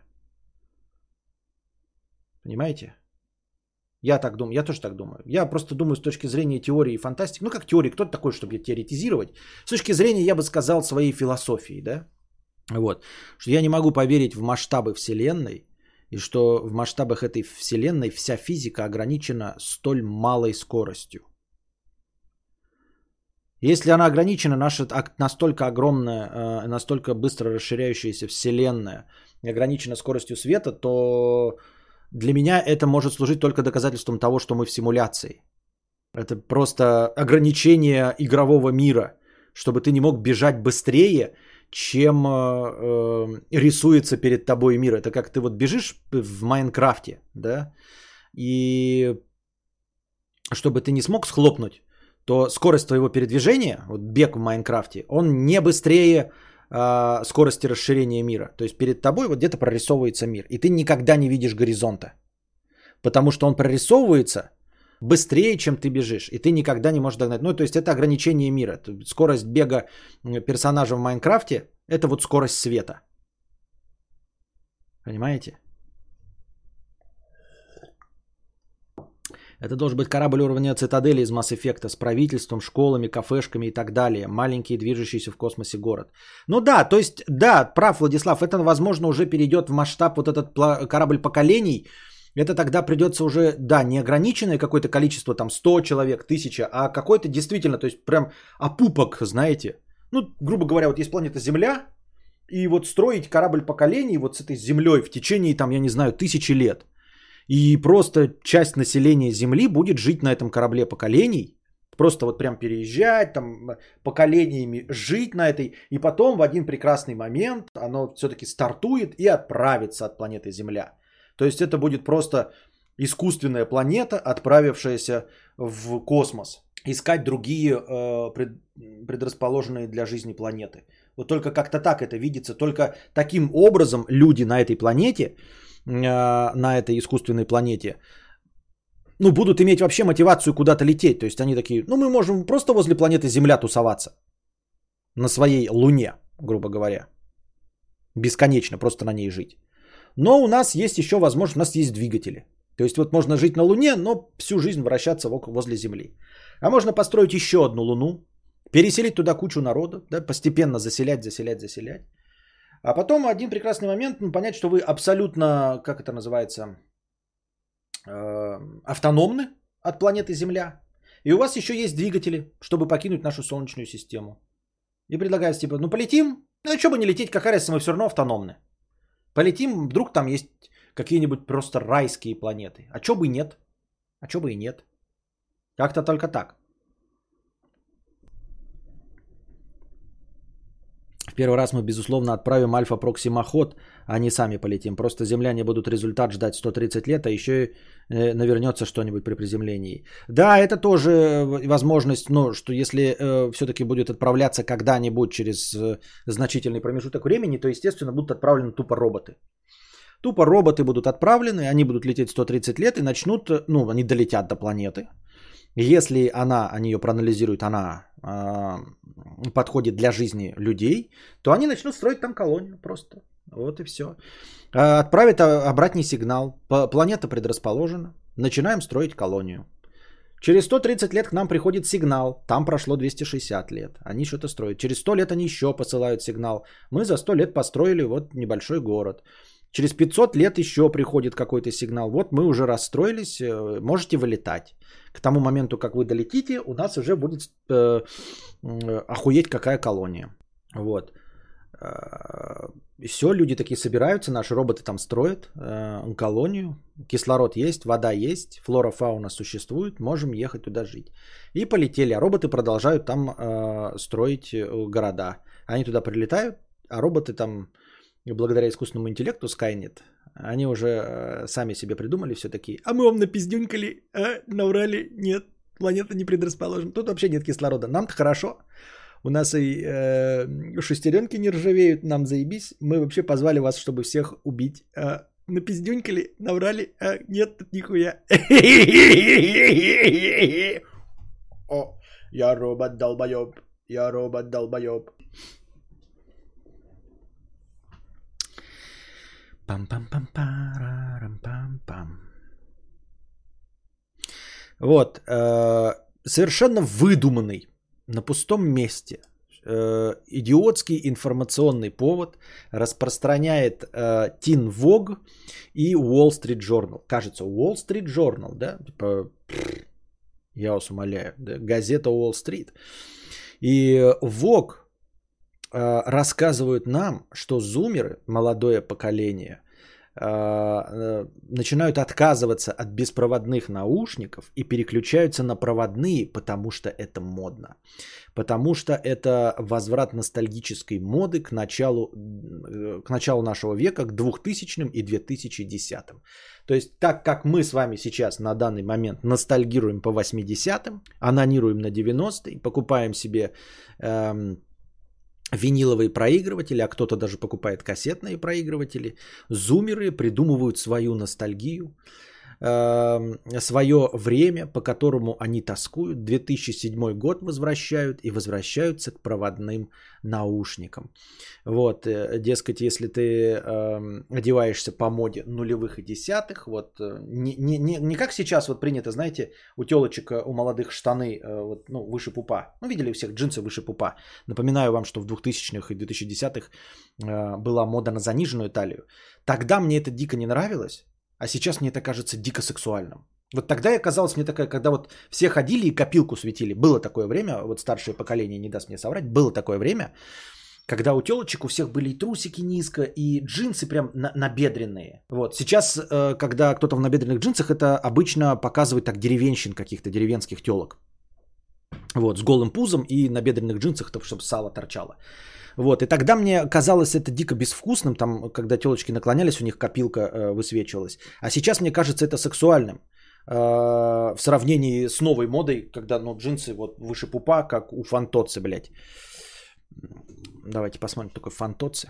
Понимаете? Я так думаю, я тоже так думаю. Я просто думаю с точки зрения теории и фантастики. Ну, как теории, кто такой, чтобы теоретизировать? С точки зрения, я бы сказал, своей философии, да? Вот. Что я не могу поверить в масштабы Вселенной, и что в масштабах этой Вселенной вся физика ограничена столь малой скоростью. Если она ограничена, наша настолько огромная, настолько быстро расширяющаяся Вселенная ограничена скоростью света, то для меня это может служить только доказательством того, что мы в симуляции. Это просто ограничение игрового мира, чтобы ты не мог бежать быстрее, чем рисуется перед тобой мир. Это как ты вот бежишь в Майнкрафте, да, и чтобы ты не смог схлопнуть, то скорость твоего передвижения, вот бег в Майнкрафте, он не быстрее скорости расширения мира. То есть перед тобой вот где-то прорисовывается мир, и ты никогда не видишь горизонта, потому что он прорисовывается быстрее, чем ты бежишь, и ты никогда не можешь догнать. Ну, то есть это ограничение мира. Скорость бега персонажа в Майнкрафте – это вот скорость света. Понимаете? Это должен быть корабль уровня цитадели из Mass Effect с правительством, школами, кафешками и так далее. Маленький движущийся в космосе город. Ну да, то есть, да, прав Владислав, это, возможно, уже перейдет в масштаб вот этот корабль поколений. Это тогда придется уже, да, неограниченное какое-то количество, там 100 человек, 1000, а какой-то действительно, то есть прям опупок, знаете. Ну, грубо говоря, вот есть планета Земля, и вот строить корабль поколений вот с этой Землей в течение, там, я не знаю, 1000 лет. И просто часть населения Земли будет жить на этом корабле поколений, просто вот прям переезжать, там поколениями жить на этой, и потом в один прекрасный момент оно все-таки стартует и отправится от планеты Земля. То есть это будет просто искусственная планета, отправившаяся в космос, искать другие предрасположенные для жизни планеты. Вот только как-то так это видится, только таким образом люди на этой планете, на этой искусственной планете, ну, будут иметь вообще мотивацию куда-то лететь. То есть они такие, ну, мы можем просто возле планеты Земля тусоваться. На своей Луне, грубо говоря. Бесконечно просто на ней жить. Но у нас есть еще возможность, у нас есть двигатели. То есть вот можно жить на Луне, но всю жизнь вращаться возле Земли. А можно построить еще одну Луну, переселить туда кучу народа, да, постепенно заселять. А потом один прекрасный момент понять, что вы абсолютно, как это называется, автономны от планеты Земля. И у вас еще есть двигатели, чтобы покинуть нашу Солнечную систему. И предлагают типа, ну полетим, ну а что бы не лететь, какая разница, мы все равно автономны. Полетим, вдруг там есть какие-нибудь просто райские планеты. А что бы и нет? А что бы и нет? Как-то только так. В первый раз мы, безусловно, отправим альфа-проксимоход, а не сами полетим. Просто земляне будут результат ждать 130 лет, а еще и навернется что-нибудь при приземлении. Да, это тоже возможность, но что если все-таки будет отправляться когда-нибудь через значительный промежуток времени, то, естественно, будут отправлены тупо роботы. Тупо роботы будут отправлены, они будут лететь 130 лет и начнут, ну, они долетят до планеты. Если они ее проанализируют, она подходит для жизни людей, то они начнут строить там колонию просто. Вот и все. Отправят обратный сигнал. Планета предрасположена. Начинаем строить колонию. Через 130 лет к нам приходит сигнал. Там прошло 260 лет. Они что-то строят. Через 100 лет они еще посылают сигнал. Мы за 100 лет построили вот небольшой город. Через 500 лет еще приходит какой-то сигнал. Вот мы уже расстроились, можете вылетать. К тому моменту, как вы долетите, у нас уже будет охуеть какая колония. Вот. И все, люди такие собираются, наши роботы там строят колонию. Кислород есть, вода есть, флора, фауна существует, можем ехать туда жить. И полетели, а роботы продолжают там строить города. Они туда прилетают, а роботы там... благодаря искусственному интеллекту Skynet, они уже сами себе придумали все такие. А мы вам напиздюнькали, наврали, нет, планета не предрасположена. Тут вообще нет кислорода. Нам-то хорошо. У нас и шестеренки не ржавеют, нам заебись. Мы вообще позвали вас, чтобы всех убить. Напиздюнькали, наврали, нет, тут нихуя. О, я робот-долбоеб, я робот-долбоеб. Пам-пам-пам-парам-пам-пам. Вот. Совершенно выдуманный на пустом месте идиотский информационный повод распространяет Teen Vogue и Wall Street Journal. Кажется, Wall Street Journal, да? Типа, я вас умоляю, да? Газета Wall Street. И Vogue рассказывают нам, что зумеры, молодое поколение, начинают отказываться от беспроводных наушников и переключаются на проводные, потому что это модно. Потому что это возврат ностальгической моды к началу нашего века, к 2000 и 2010. То есть так как мы с вами сейчас на данный момент ностальгируем по 80-м, анонируем на 90-е, покупаем себе... виниловые проигрыватели, а кто-то даже покупает кассетные проигрыватели. Зумеры придумывают свою ностальгию. свое время, по которому они тоскуют. 2007 год возвращают и возвращаются к проводным наушникам. Вот, дескать, если ты одеваешься по моде нулевых и десятых, вот, не как сейчас вот принято, знаете, у телочек, у молодых штаны вот, ну, выше пупа. Ну, видели у всех джинсы выше пупа. Напоминаю вам, что в 2000-х и 2010-х была мода на заниженную талию. Тогда мне это дико не нравилось, а сейчас мне это кажется дико сексуальным. Вот тогда я казалось мне такая, когда вот все ходили и копилку светили. Было такое время, вот старшее поколение не даст мне соврать, было такое время, когда у телочек у всех были и трусики низко, и джинсы прям набедренные. Вот. Сейчас, когда кто-то в набедренных джинсах, это обычно показывает так деревенщин каких-то, деревенских телок. Вот, с голым пузом и набедренных джинсах, чтобы сало торчало. Вот, и тогда мне казалось это дико безвкусным, там, когда телочки наклонялись, у них копилка высвечивалась. А сейчас мне кажется это сексуальным. В сравнении с новой модой, когда ну, джинсы вот выше пупа, как у фантоцци, блядь. Давайте посмотрим, такой фантоцци.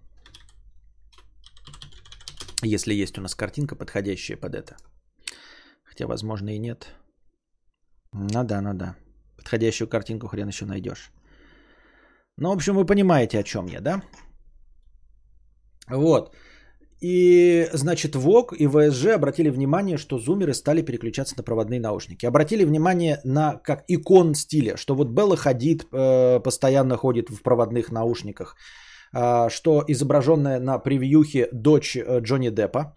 Если есть у нас картинка, подходящая под это. Хотя, возможно, и нет. Ну да. Подходящую картинку хрен еще найдешь. Ну, в общем, вы понимаете, о чем я, да? Вот. И, значит, ВОК и ВСЖ обратили внимание, что зумеры стали переключаться на проводные наушники. Обратили внимание на как икон стиля, что вот Белла Хадид постоянно ходит в проводных наушниках, что изображенная на превьюхе дочь Джонни Деппа,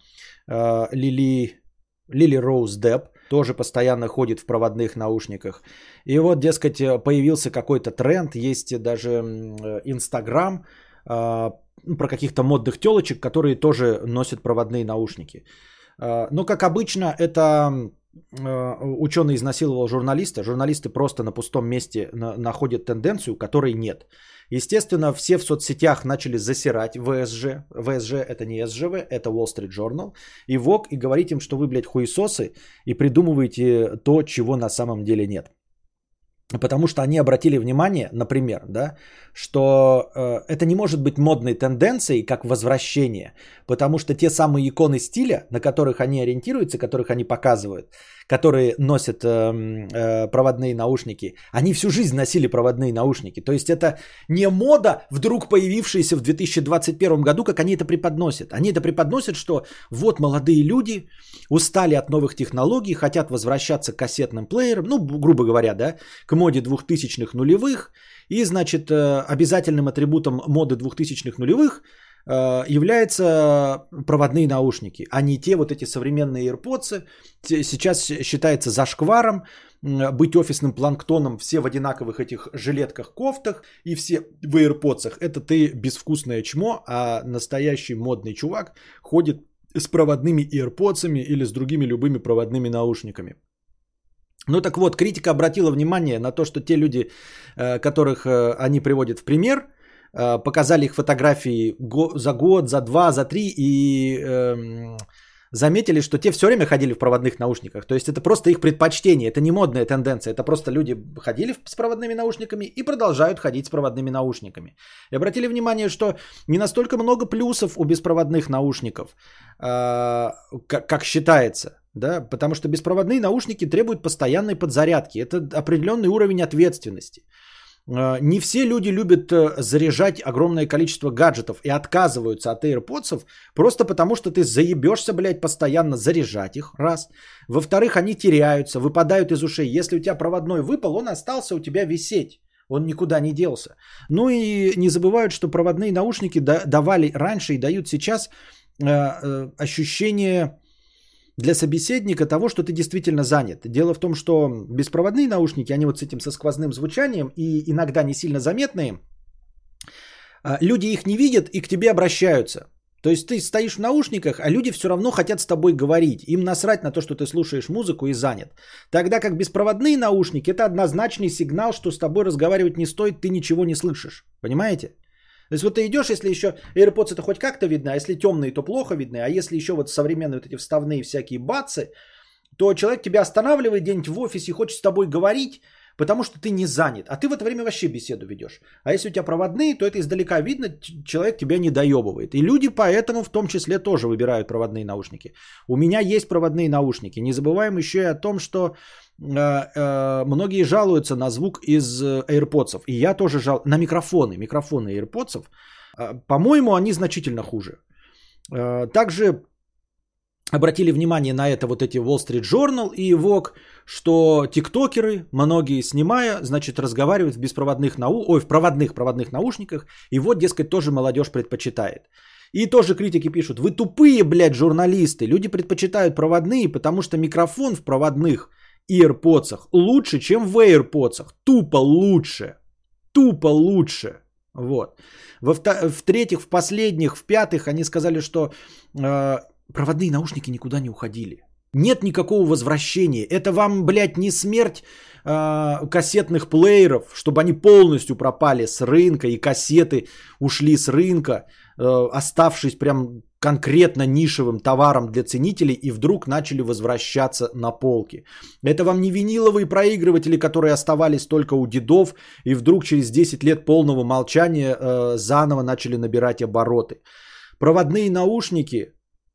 Лили Роуз Депп, тоже постоянно ходит в проводных наушниках. И вот, дескать, появился какой-то тренд, есть даже Инстаграм, про каких-то модных телочек, которые тоже носят проводные наушники. Но, как обычно, это ученый изнасиловал журналиста. Журналисты просто на пустом месте находят тенденцию, которой нет. Естественно, все в соцсетях начали засирать ВСЖ. ВСЖ это не СЖВ, это Wall Street Journal. И ВОК, и говорить им, что вы, блядь, хуесосы, и придумываете то, чего на самом деле нет. Потому что они обратили внимание, например, да, что это не может быть модной тенденцией, как возвращение, потому что те самые иконы стиля, на которых они ориентируются, которых они показывают, которые носят проводные наушники, они всю жизнь носили проводные наушники. То есть это не мода, вдруг появившаяся в 2021 году, как они это преподносят. Они это преподносят, что вот молодые люди устали от новых технологий, хотят возвращаться к кассетным плеерам, ну, грубо говоря, да, к моде 2000-х нулевых. И, значит, обязательным атрибутом моды 2000-х нулевых являются проводные наушники, а не те вот эти современные AirPods. Сейчас считается зашкваром быть офисным планктоном, все в одинаковых этих жилетках, кофтах и все в AirPods. Это ты безвкусное чмо, а настоящий модный чувак ходит с проводными AirPods или с другими любыми проводными наушниками. Ну так вот, критика обратила внимание на то, что те люди, которых они приводят в пример, показали их фотографии за год, за два, за три и заметили, что те все время ходили в проводных наушниках. То есть это просто их предпочтение, это не модная тенденция. Это просто люди ходили с проводными наушниками и продолжают ходить с проводными наушниками. И обратили внимание, что не настолько много плюсов у беспроводных наушников, как считается. Да? Потому что беспроводные наушники требуют постоянной подзарядки. Это определенный уровень ответственности. Не все люди любят заряжать огромное количество гаджетов и отказываются от AirPods просто потому, что ты заебешься, блядь, постоянно заряжать их, раз. Во-вторых, они теряются, выпадают из ушей. Если у тебя проводной выпал, он остался у тебя висеть. Он никуда не делся. Ну и не забывают, что проводные наушники давали раньше и дают сейчас ощущение для собеседника того, что ты действительно занят. Дело в том, что беспроводные наушники, они вот с этим со сквозным звучанием и иногда не сильно заметные, люди их не видят и к тебе обращаются. То есть ты стоишь в наушниках, а люди все равно хотят с тобой говорить. Им насрать на то, что ты слушаешь музыку и занят. Тогда как беспроводные наушники, это однозначный сигнал, что с тобой разговаривать не стоит, ты ничего не слышишь. Понимаете? То есть вот ты идешь, если еще AirPods это хоть как-то видно, а если темные, то плохо видны, а если еще вот современные вот эти вставные всякие бацы, то человек тебя останавливает где-нибудь в офисе, хочет с тобой говорить, потому что ты не занят. А ты в это время вообще беседу ведешь. А если у тебя проводные, то это издалека видно, человек тебя не доебывает. И люди поэтому в том числе тоже выбирают проводные наушники. У меня есть проводные наушники. Не забываем еще и о том, что многие жалуются на звук из AirPods. И я тоже на микрофоны AirPods. По-моему, они значительно хуже. Также обратили внимание на это вот эти Wall Street Journal и Vogue, что тиктокеры, многие снимая, значит, разговаривают в проводных наушниках. И вот, дескать, тоже молодежь предпочитает. И тоже критики пишут, вы тупые, блядь, журналисты. Люди предпочитают проводные, потому что микрофон в проводных AirPods лучше, чем в AirPods. Тупо лучше. Вот. В-третьих, в пятых они сказали, что проводные наушники никуда не уходили. Нет никакого возвращения. Это вам, блядь, не смерть кассетных плееров, чтобы они полностью пропали с рынка, и кассеты ушли с рынка, оставшись прям конкретно нишевым товаром для ценителей, и вдруг начали возвращаться на полки. Это вам не виниловые проигрыватели, которые оставались только у дедов, и вдруг через 10 лет полного молчания заново начали набирать обороты. Проводные наушники,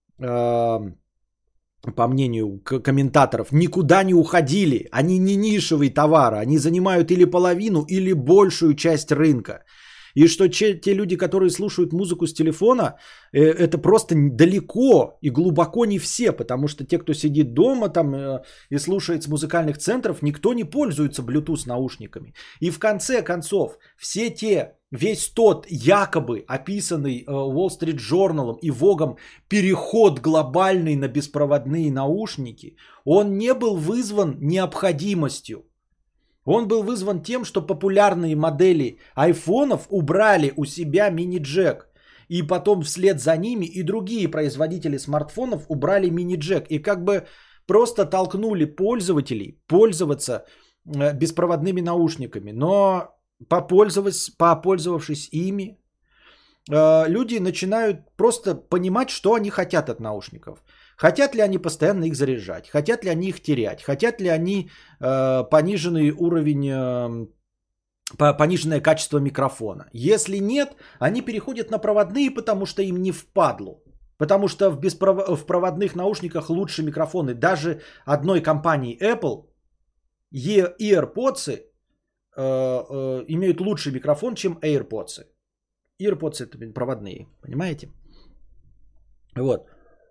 по мнению комментаторов, никуда не уходили. Они не нишевый товар. Они занимают или половину, или большую часть рынка. И что те люди, которые слушают музыку с телефона, это просто далеко и глубоко не все. Потому что те, кто сидит дома там и слушает с музыкальных центров, никто не пользуется Bluetooth наушниками. И в конце концов, весь тот якобы описанный Wall Street Journal и Vogue переход глобальный на беспроводные наушники, он не был вызван необходимостью. Он был вызван тем, что популярные модели айфонов убрали у себя мини-джек. И потом вслед за ними и другие производители смартфонов убрали мини-джек. И как бы просто толкнули пользователей пользоваться беспроводными наушниками. Но попользовавшись ими, люди начинают просто понимать, что они хотят от наушников. Хотят ли они постоянно их заряжать? Хотят ли они их терять? Хотят ли они пониженный уровень, пониженное качество микрофона? Если нет, они переходят на проводные, потому что им не впадло. Потому что в проводных наушниках лучше микрофоны. Даже одной компании Apple AirPods имеют лучший микрофон, чем AirPods. AirPods это проводные, понимаете? Вот.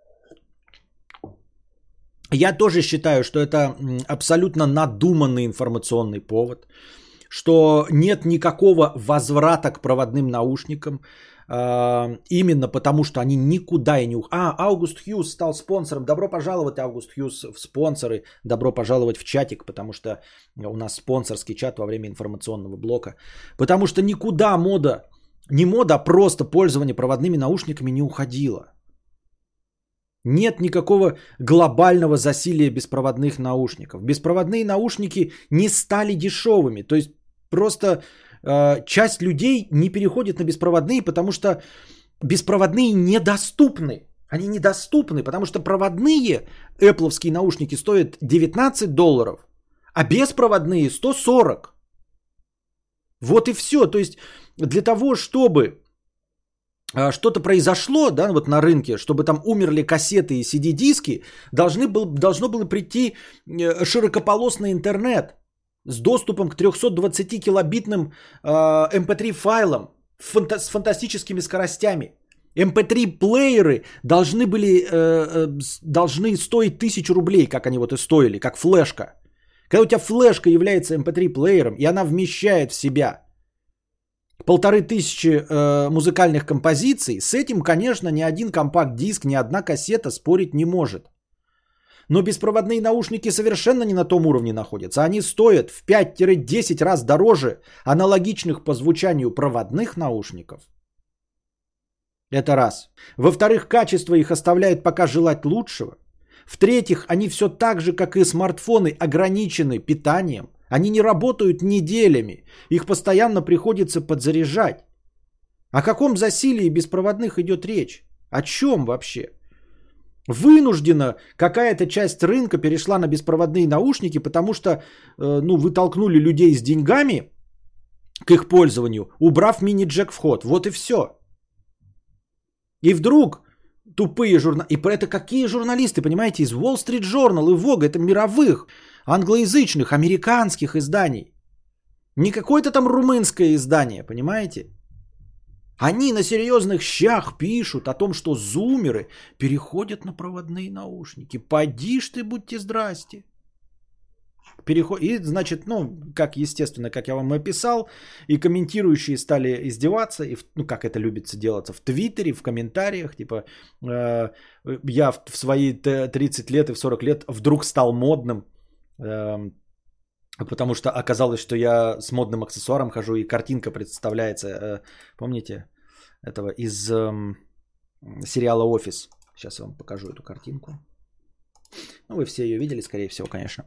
Я тоже считаю, что это абсолютно надуманный информационный повод, что нет никакого возврата к проводным наушникам, именно потому что они никуда и не уходят. Аугуст Хьюз стал спонсором. Добро пожаловать, Аугуст Хьюз, в спонсоры. Добро пожаловать в чатик, потому что у нас спонсорский чат во время информационного блока. Потому что никуда не мода, а просто пользование проводными наушниками не уходило. Нет никакого глобального засилия беспроводных наушников. Беспроводные наушники не стали дешевыми. То есть просто часть людей не переходит на беспроводные, потому что беспроводные недоступны. Они недоступны, потому что проводные Apple-овские наушники стоят $19, а беспроводные $140. Вот и все. То есть для того, чтобы что-то произошло, да, вот на рынке, чтобы там умерли кассеты и CD-диски, должно было прийти широкополосный интернет с доступом к 320 килобитным MP3 файлам с фантастическими скоростями. MP3-плееры должны стоить 1000 рублей, как они вот и стоили, как флешка. Когда у тебя флешка является MP3-плеером, и она вмещает в себя 1500 музыкальных композиций, с этим, конечно, ни один компакт-диск, ни одна кассета спорить не может. Но беспроводные наушники совершенно не на том уровне находятся. Они стоят в 5-10 раз дороже аналогичных по звучанию проводных наушников. Это раз. Во-вторых, качество их оставляет пока желать лучшего. В-третьих, они все так же, как и смартфоны, ограничены питанием. Они не работают неделями. Их постоянно приходится подзаряжать. О каком засилии беспроводных идет речь? О чем вообще? Вынуждена какая-то часть рынка перешла на беспроводные наушники, потому что вы толкнули людей с деньгами к их пользованию, убрав мини-джек вход. Вот и все. И вдруг тупые журналисты, и про это какие журналисты, понимаете, из Wall Street Journal и Vogue, это мировых, англоязычных, американских изданий. Не какое-то там румынское издание, понимаете? Они на серьезных щах пишут о том, что зумеры переходят на проводные наушники. Поди ж ты, будьте здрасте. И, значит, как естественно, как я вам описал, и комментирующие стали издеваться, и, как это любится делаться, в Твиттере, в комментариях, типа, я в свои 30 лет и в 40 лет вдруг стал модным, потому что оказалось, что я с модным аксессуаром хожу, и картинка представляется, помните, этого из сериала «Офис». Сейчас я вам покажу эту картинку. Вы все ее видели, скорее всего, конечно.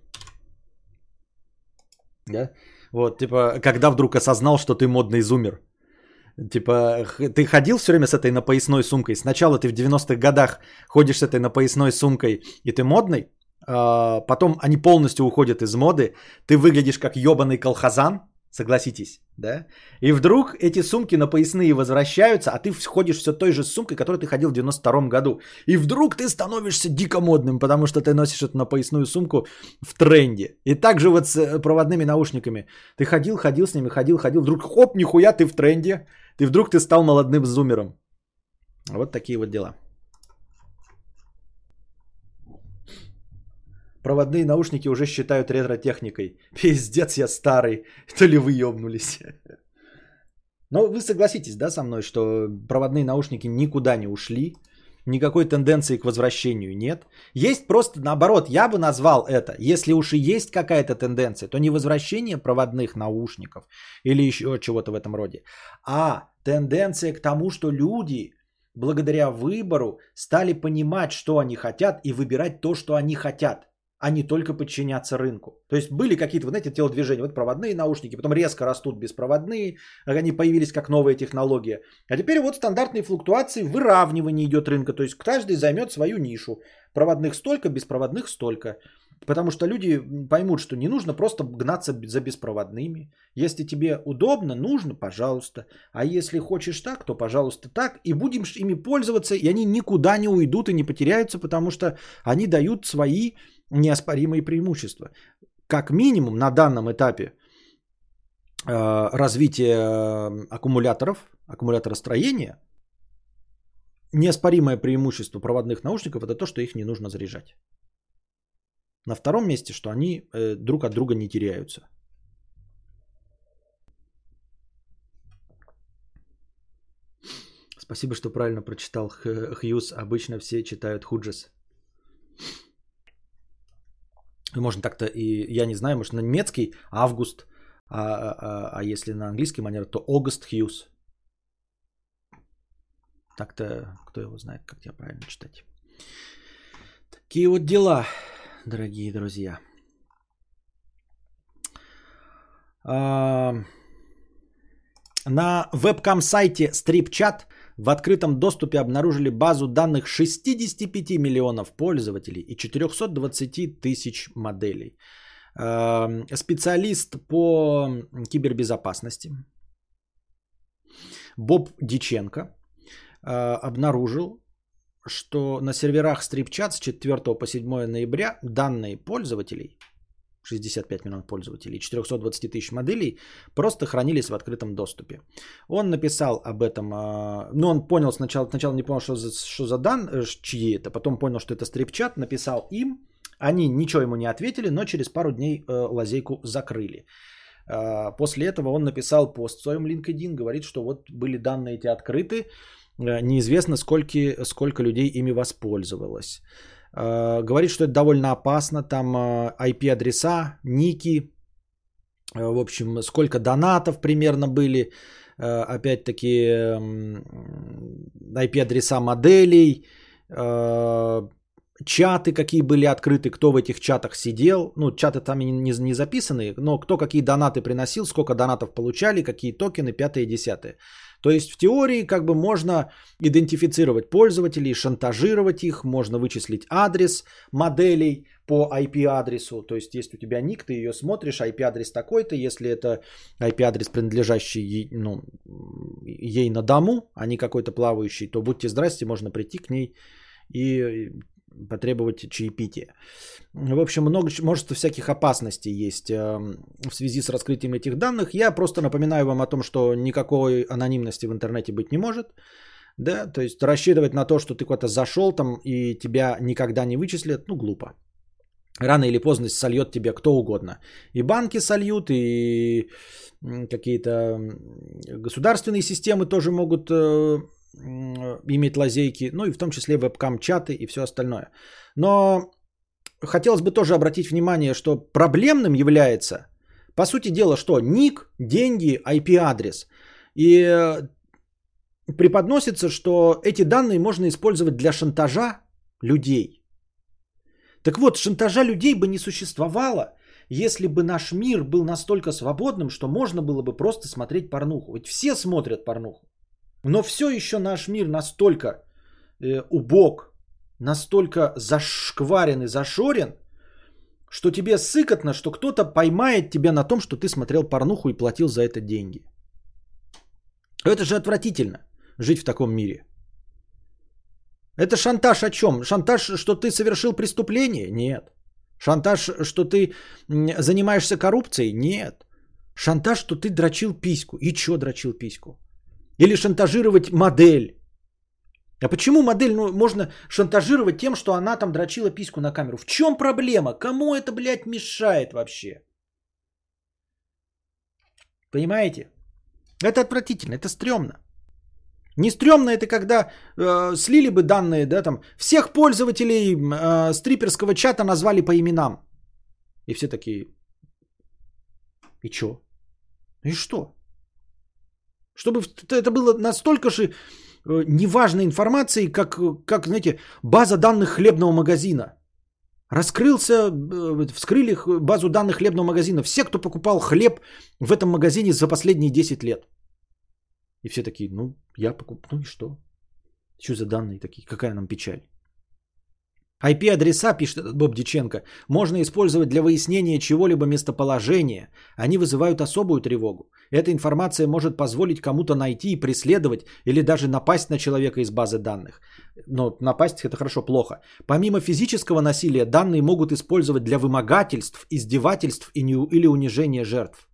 Да? Вот, типа, когда вдруг осознал, что ты модный зумер. Типа, ты ходил все время с этой напоясной сумкой. Сначала ты в 90-х годах ходишь с этой напоясной сумкой, и ты модный. Потом они полностью уходят из моды. Ты выглядишь как ебаный колхозан. Согласитесь, да? И вдруг эти сумки напоясные возвращаются, а ты ходишь все той же сумкой, которой ты ходил в 92-м году. И вдруг ты становишься дико модным, потому что ты носишь эту напоясную сумку в тренде. И также вот с проводными наушниками. Ты ходил с ними, ходил. Вдруг хоп, нихуя, ты в тренде. Вдруг ты стал молодым зумером. Вот такие вот дела. Проводные наушники уже считают ретро-техникой. Пиздец, я старый. То ли вы ёбнулись. Но вы согласитесь, да, со мной, что проводные наушники никуда не ушли. Никакой тенденции к возвращению нет. Есть просто наоборот. Я бы назвал это, если уж и есть какая-то тенденция, то не возвращение проводных наушников или еще чего-то в этом роде, а тенденция к тому, что люди благодаря выбору стали понимать, что они хотят, и выбирать то, что они хотят, а не только подчиняться рынку. То есть были какие-то, вы знаете, телодвижения, вот проводные наушники, потом резко растут беспроводные, они появились как новая технология. А теперь вот стандартные флуктуации, выравнивание идет рынка, то есть каждый займет свою нишу. Проводных столько, беспроводных столько. Потому что люди поймут, что не нужно просто гнаться за беспроводными. Если тебе удобно, нужно, пожалуйста. А если хочешь так, то пожалуйста так. И будем ими пользоваться, и они никуда не уйдут и не потеряются, потому что они дают свои неоспоримые преимущества. Как минимум на данном этапе развития аккумуляторов, аккумуляторостроения, неоспоримое преимущество проводных наушников – это то, что их не нужно заряжать. На втором месте, что они друг от друга не теряются. Спасибо, что правильно прочитал, Хьюз. Обычно все читают Худжес. Можно так-то и, я не знаю, может на немецкий Август, а если на английский манер, то Огуст Хьюз. Так-то, кто его знает, как тебя правильно читать. Такие вот дела, дорогие друзья. На вебкам-сайте StripChat в открытом доступе обнаружили базу данных 65 миллионов пользователей и 420 тысяч моделей. Специалист по кибербезопасности Боб Диченко обнаружил, что на серверах StripChat с 4 по 7 ноября данные пользователей, 65 миллионов пользователей, 420 тысяч моделей, просто хранились в открытом доступе. Он написал об этом, он понял сначала не понял, что за данные, чьи это, потом понял, что это StripChat, написал им, они ничего ему не ответили, но через пару дней лазейку закрыли. После этого он написал пост в своем LinkedIn, говорит, что вот были данные эти открыты, неизвестно сколько людей ими воспользовалось. Говорит, что это довольно опасно, там IP-адреса, ники, в общем, сколько донатов примерно были, опять-таки IP-адреса моделей, чаты какие были открыты, кто в этих чатах сидел, чаты там не записаны, но кто какие донаты приносил, сколько донатов получали, какие токены, 5 и 10. То есть в теории как бы можно идентифицировать пользователей, шантажировать их, можно вычислить адрес моделей по IP-адресу. То есть есть у тебя ник, ты ее смотришь, IP-адрес такой-то. Если это IP-адрес, принадлежащий ей, ну, ей на дому, а не какой-то плавающий, то будьте здрасте, можно прийти к ней и потребовать чаепития. В общем, множество всяких опасностей есть в связи с раскрытием этих данных. Я просто напоминаю вам о том, что никакой анонимности в интернете быть не может. Да? То есть рассчитывать на то, что ты куда-то зашел там и тебя никогда не вычислят, ну глупо. Рано или поздно сольет тебя кто угодно. И банки сольют, и какие-то государственные системы тоже могут иметь лазейки, ну и в том числе вебкам-чаты и все остальное. Но хотелось бы тоже обратить внимание, что проблемным является, по сути дела, что ник, деньги, IP-адрес. И преподносится, что эти данные можно использовать для шантажа людей. Так вот, шантажа людей бы не существовало, если бы наш мир был настолько свободным, что можно было бы просто смотреть порнуху. Ведь все смотрят порнуху. Но все еще наш мир настолько убог, настолько зашкварен и зашорен, что тебе сыкотно, что кто-то поймает тебя на том, что ты смотрел порнуху и платил за это деньги. Это же отвратительно, жить в таком мире. Это шантаж о чем? Шантаж, что ты совершил преступление? Нет. Шантаж, что ты занимаешься коррупцией? Нет. Шантаж, что ты дрочил письку. И чё дрочил письку? Или шантажировать модель. А почему модель можно шантажировать тем, что она там дрочила письку на камеру? В чем проблема? Кому это, блядь, мешает вообще? Понимаете? Это отвратительно, это стрёмно. Не стрёмно это, когда слили бы данные, да, там, всех пользователей стриперского чата назвали по именам. И все такие, и чё? И что? Чтобы это было настолько же неважной информацией, как, знаете, база данных хлебного магазина. Вскрыли базу данных хлебного магазина. Все, кто покупал хлеб в этом магазине за последние 10 лет. И все такие, ну, я покупал, ну и что? Что за данные такие? Какая нам печаль? IP-адреса, пишет Боб Диченко, можно использовать для выяснения чего-либо местоположения. Они вызывают особую тревогу. Эта информация может позволить кому-то найти и преследовать или даже напасть на человека из базы данных. Но напасть это хорошо, плохо. Помимо физического насилия, данные могут использовать для вымогательств, издевательств или унижения жертв.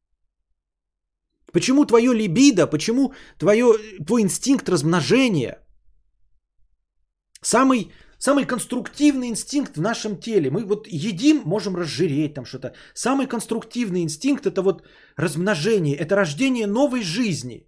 Почему твое либидо, почему твой инстинкт размножения, самый конструктивный инстинкт в нашем теле. Мы вот едим, можем разжиреть там что-то. Самый конструктивный инстинкт это вот размножение, это рождение новой жизни.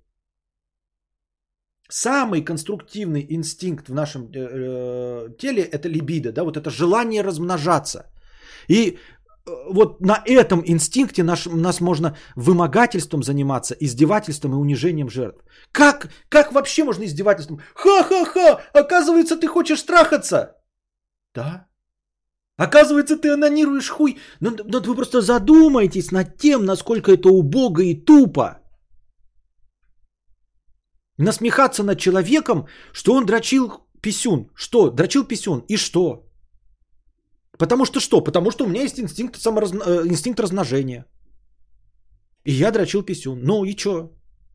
Самый конструктивный инстинкт в нашем теле это либидо, да, вот это желание размножаться. И вот на этом инстинкте нас можно вымогательством заниматься, издевательством и унижением жертв. Как вообще можно издевательством? Ха-ха-ха, оказывается, ты хочешь трахаться. Да. Оказывается, ты онанируешь хуй. Но вы просто задумайтесь над тем, насколько это убого и тупо. Насмехаться над человеком, что он дрочил писюн. Что? Дрочил писюн. И что? Потому что что? Потому что у меня есть инстинкт размножения. И я дрочил писюн. Ну и что?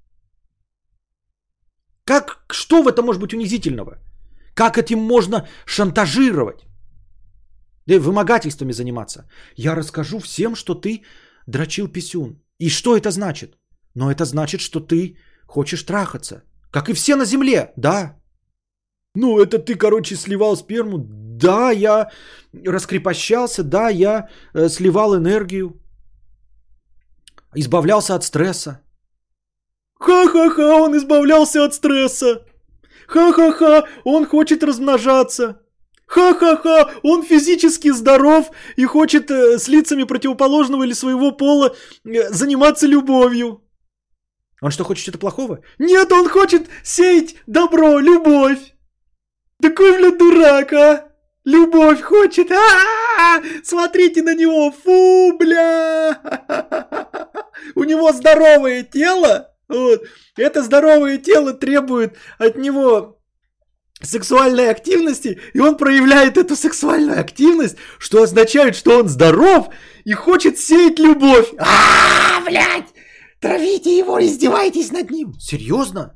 Что в этом может быть унизительного? Как этим можно шантажировать? Да и вымогательствами заниматься. Я расскажу всем, что ты дрочил писюн. И что это значит? Но это значит, что ты хочешь трахаться. Как и все на земле, да. Ну это ты, короче, сливал сперму. Да, я раскрепощался, да, я сливал энергию, избавлялся от стресса. Ха-ха-ха, он избавлялся от стресса. Ха-ха-ха, он хочет размножаться. Ха-ха-ха, он физически здоров и хочет с лицами противоположного или своего пола заниматься любовью. Он что, хочет что-то плохого? Нет, он хочет сеять добро, любовь. Такой, бля, дурак, а? Любовь хочет. А-а-а! Смотрите на него. Фу, бля. У него здоровое тело. Вот. Это здоровое тело требует от него сексуальной активности, и он проявляет эту сексуальную активность, что означает, что он здоров и хочет сеять любовь. Блядь! Травите его, издевайтесь над ним. Серьезно?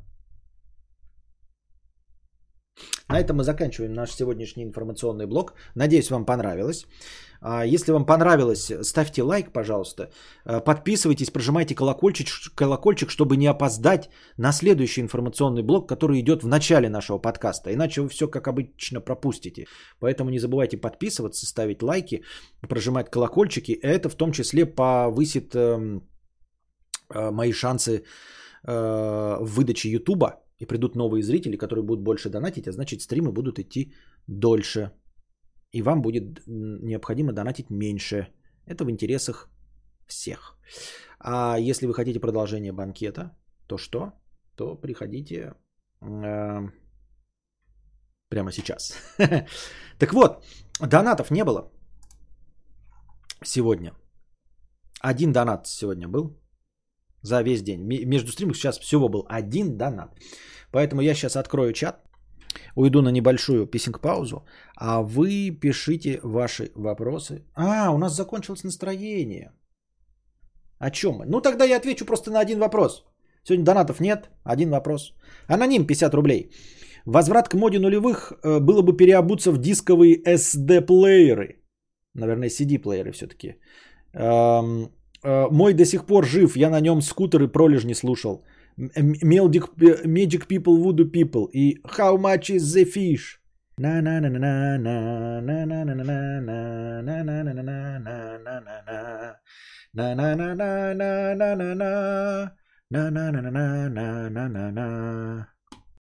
На этом мы заканчиваем наш сегодняшний информационный блок. Надеюсь, вам понравилось. Если вам понравилось, ставьте лайк, пожалуйста. Подписывайтесь, прожимайте колокольчик, чтобы не опоздать на следующий информационный блок, который идет в начале нашего подкаста. Иначе вы все, как обычно, пропустите. Поэтому не забывайте подписываться, ставить лайки, прожимать колокольчики. Это в том числе повысит мои шансы в выдаче Ютуба. И придут новые зрители, которые будут больше донатить, а значит стримы будут идти дольше. И вам будет необходимо донатить меньше. Это в интересах всех. А если вы хотите продолжение банкета, то что? То приходите прямо сейчас. Так вот, донатов не было сегодня. Один донат сегодня был. За весь день. Между стримах сейчас всего был один донат. Поэтому я сейчас открою чат, уйду на небольшую писинг-паузу, а вы пишите ваши вопросы. У нас закончилось настроение. О чем мы? Ну тогда я отвечу просто на один вопрос. Сегодня донатов нет, один вопрос. Аноним 50 рублей. Возврат к моде нулевых было бы переобуться в дисковые SD-плееры. Наверное, CD-плееры все-таки. Мой до сих пор жив, я на нем скутер и пролежни слушал. Magic People, Voodoo People и How Much is the Fish?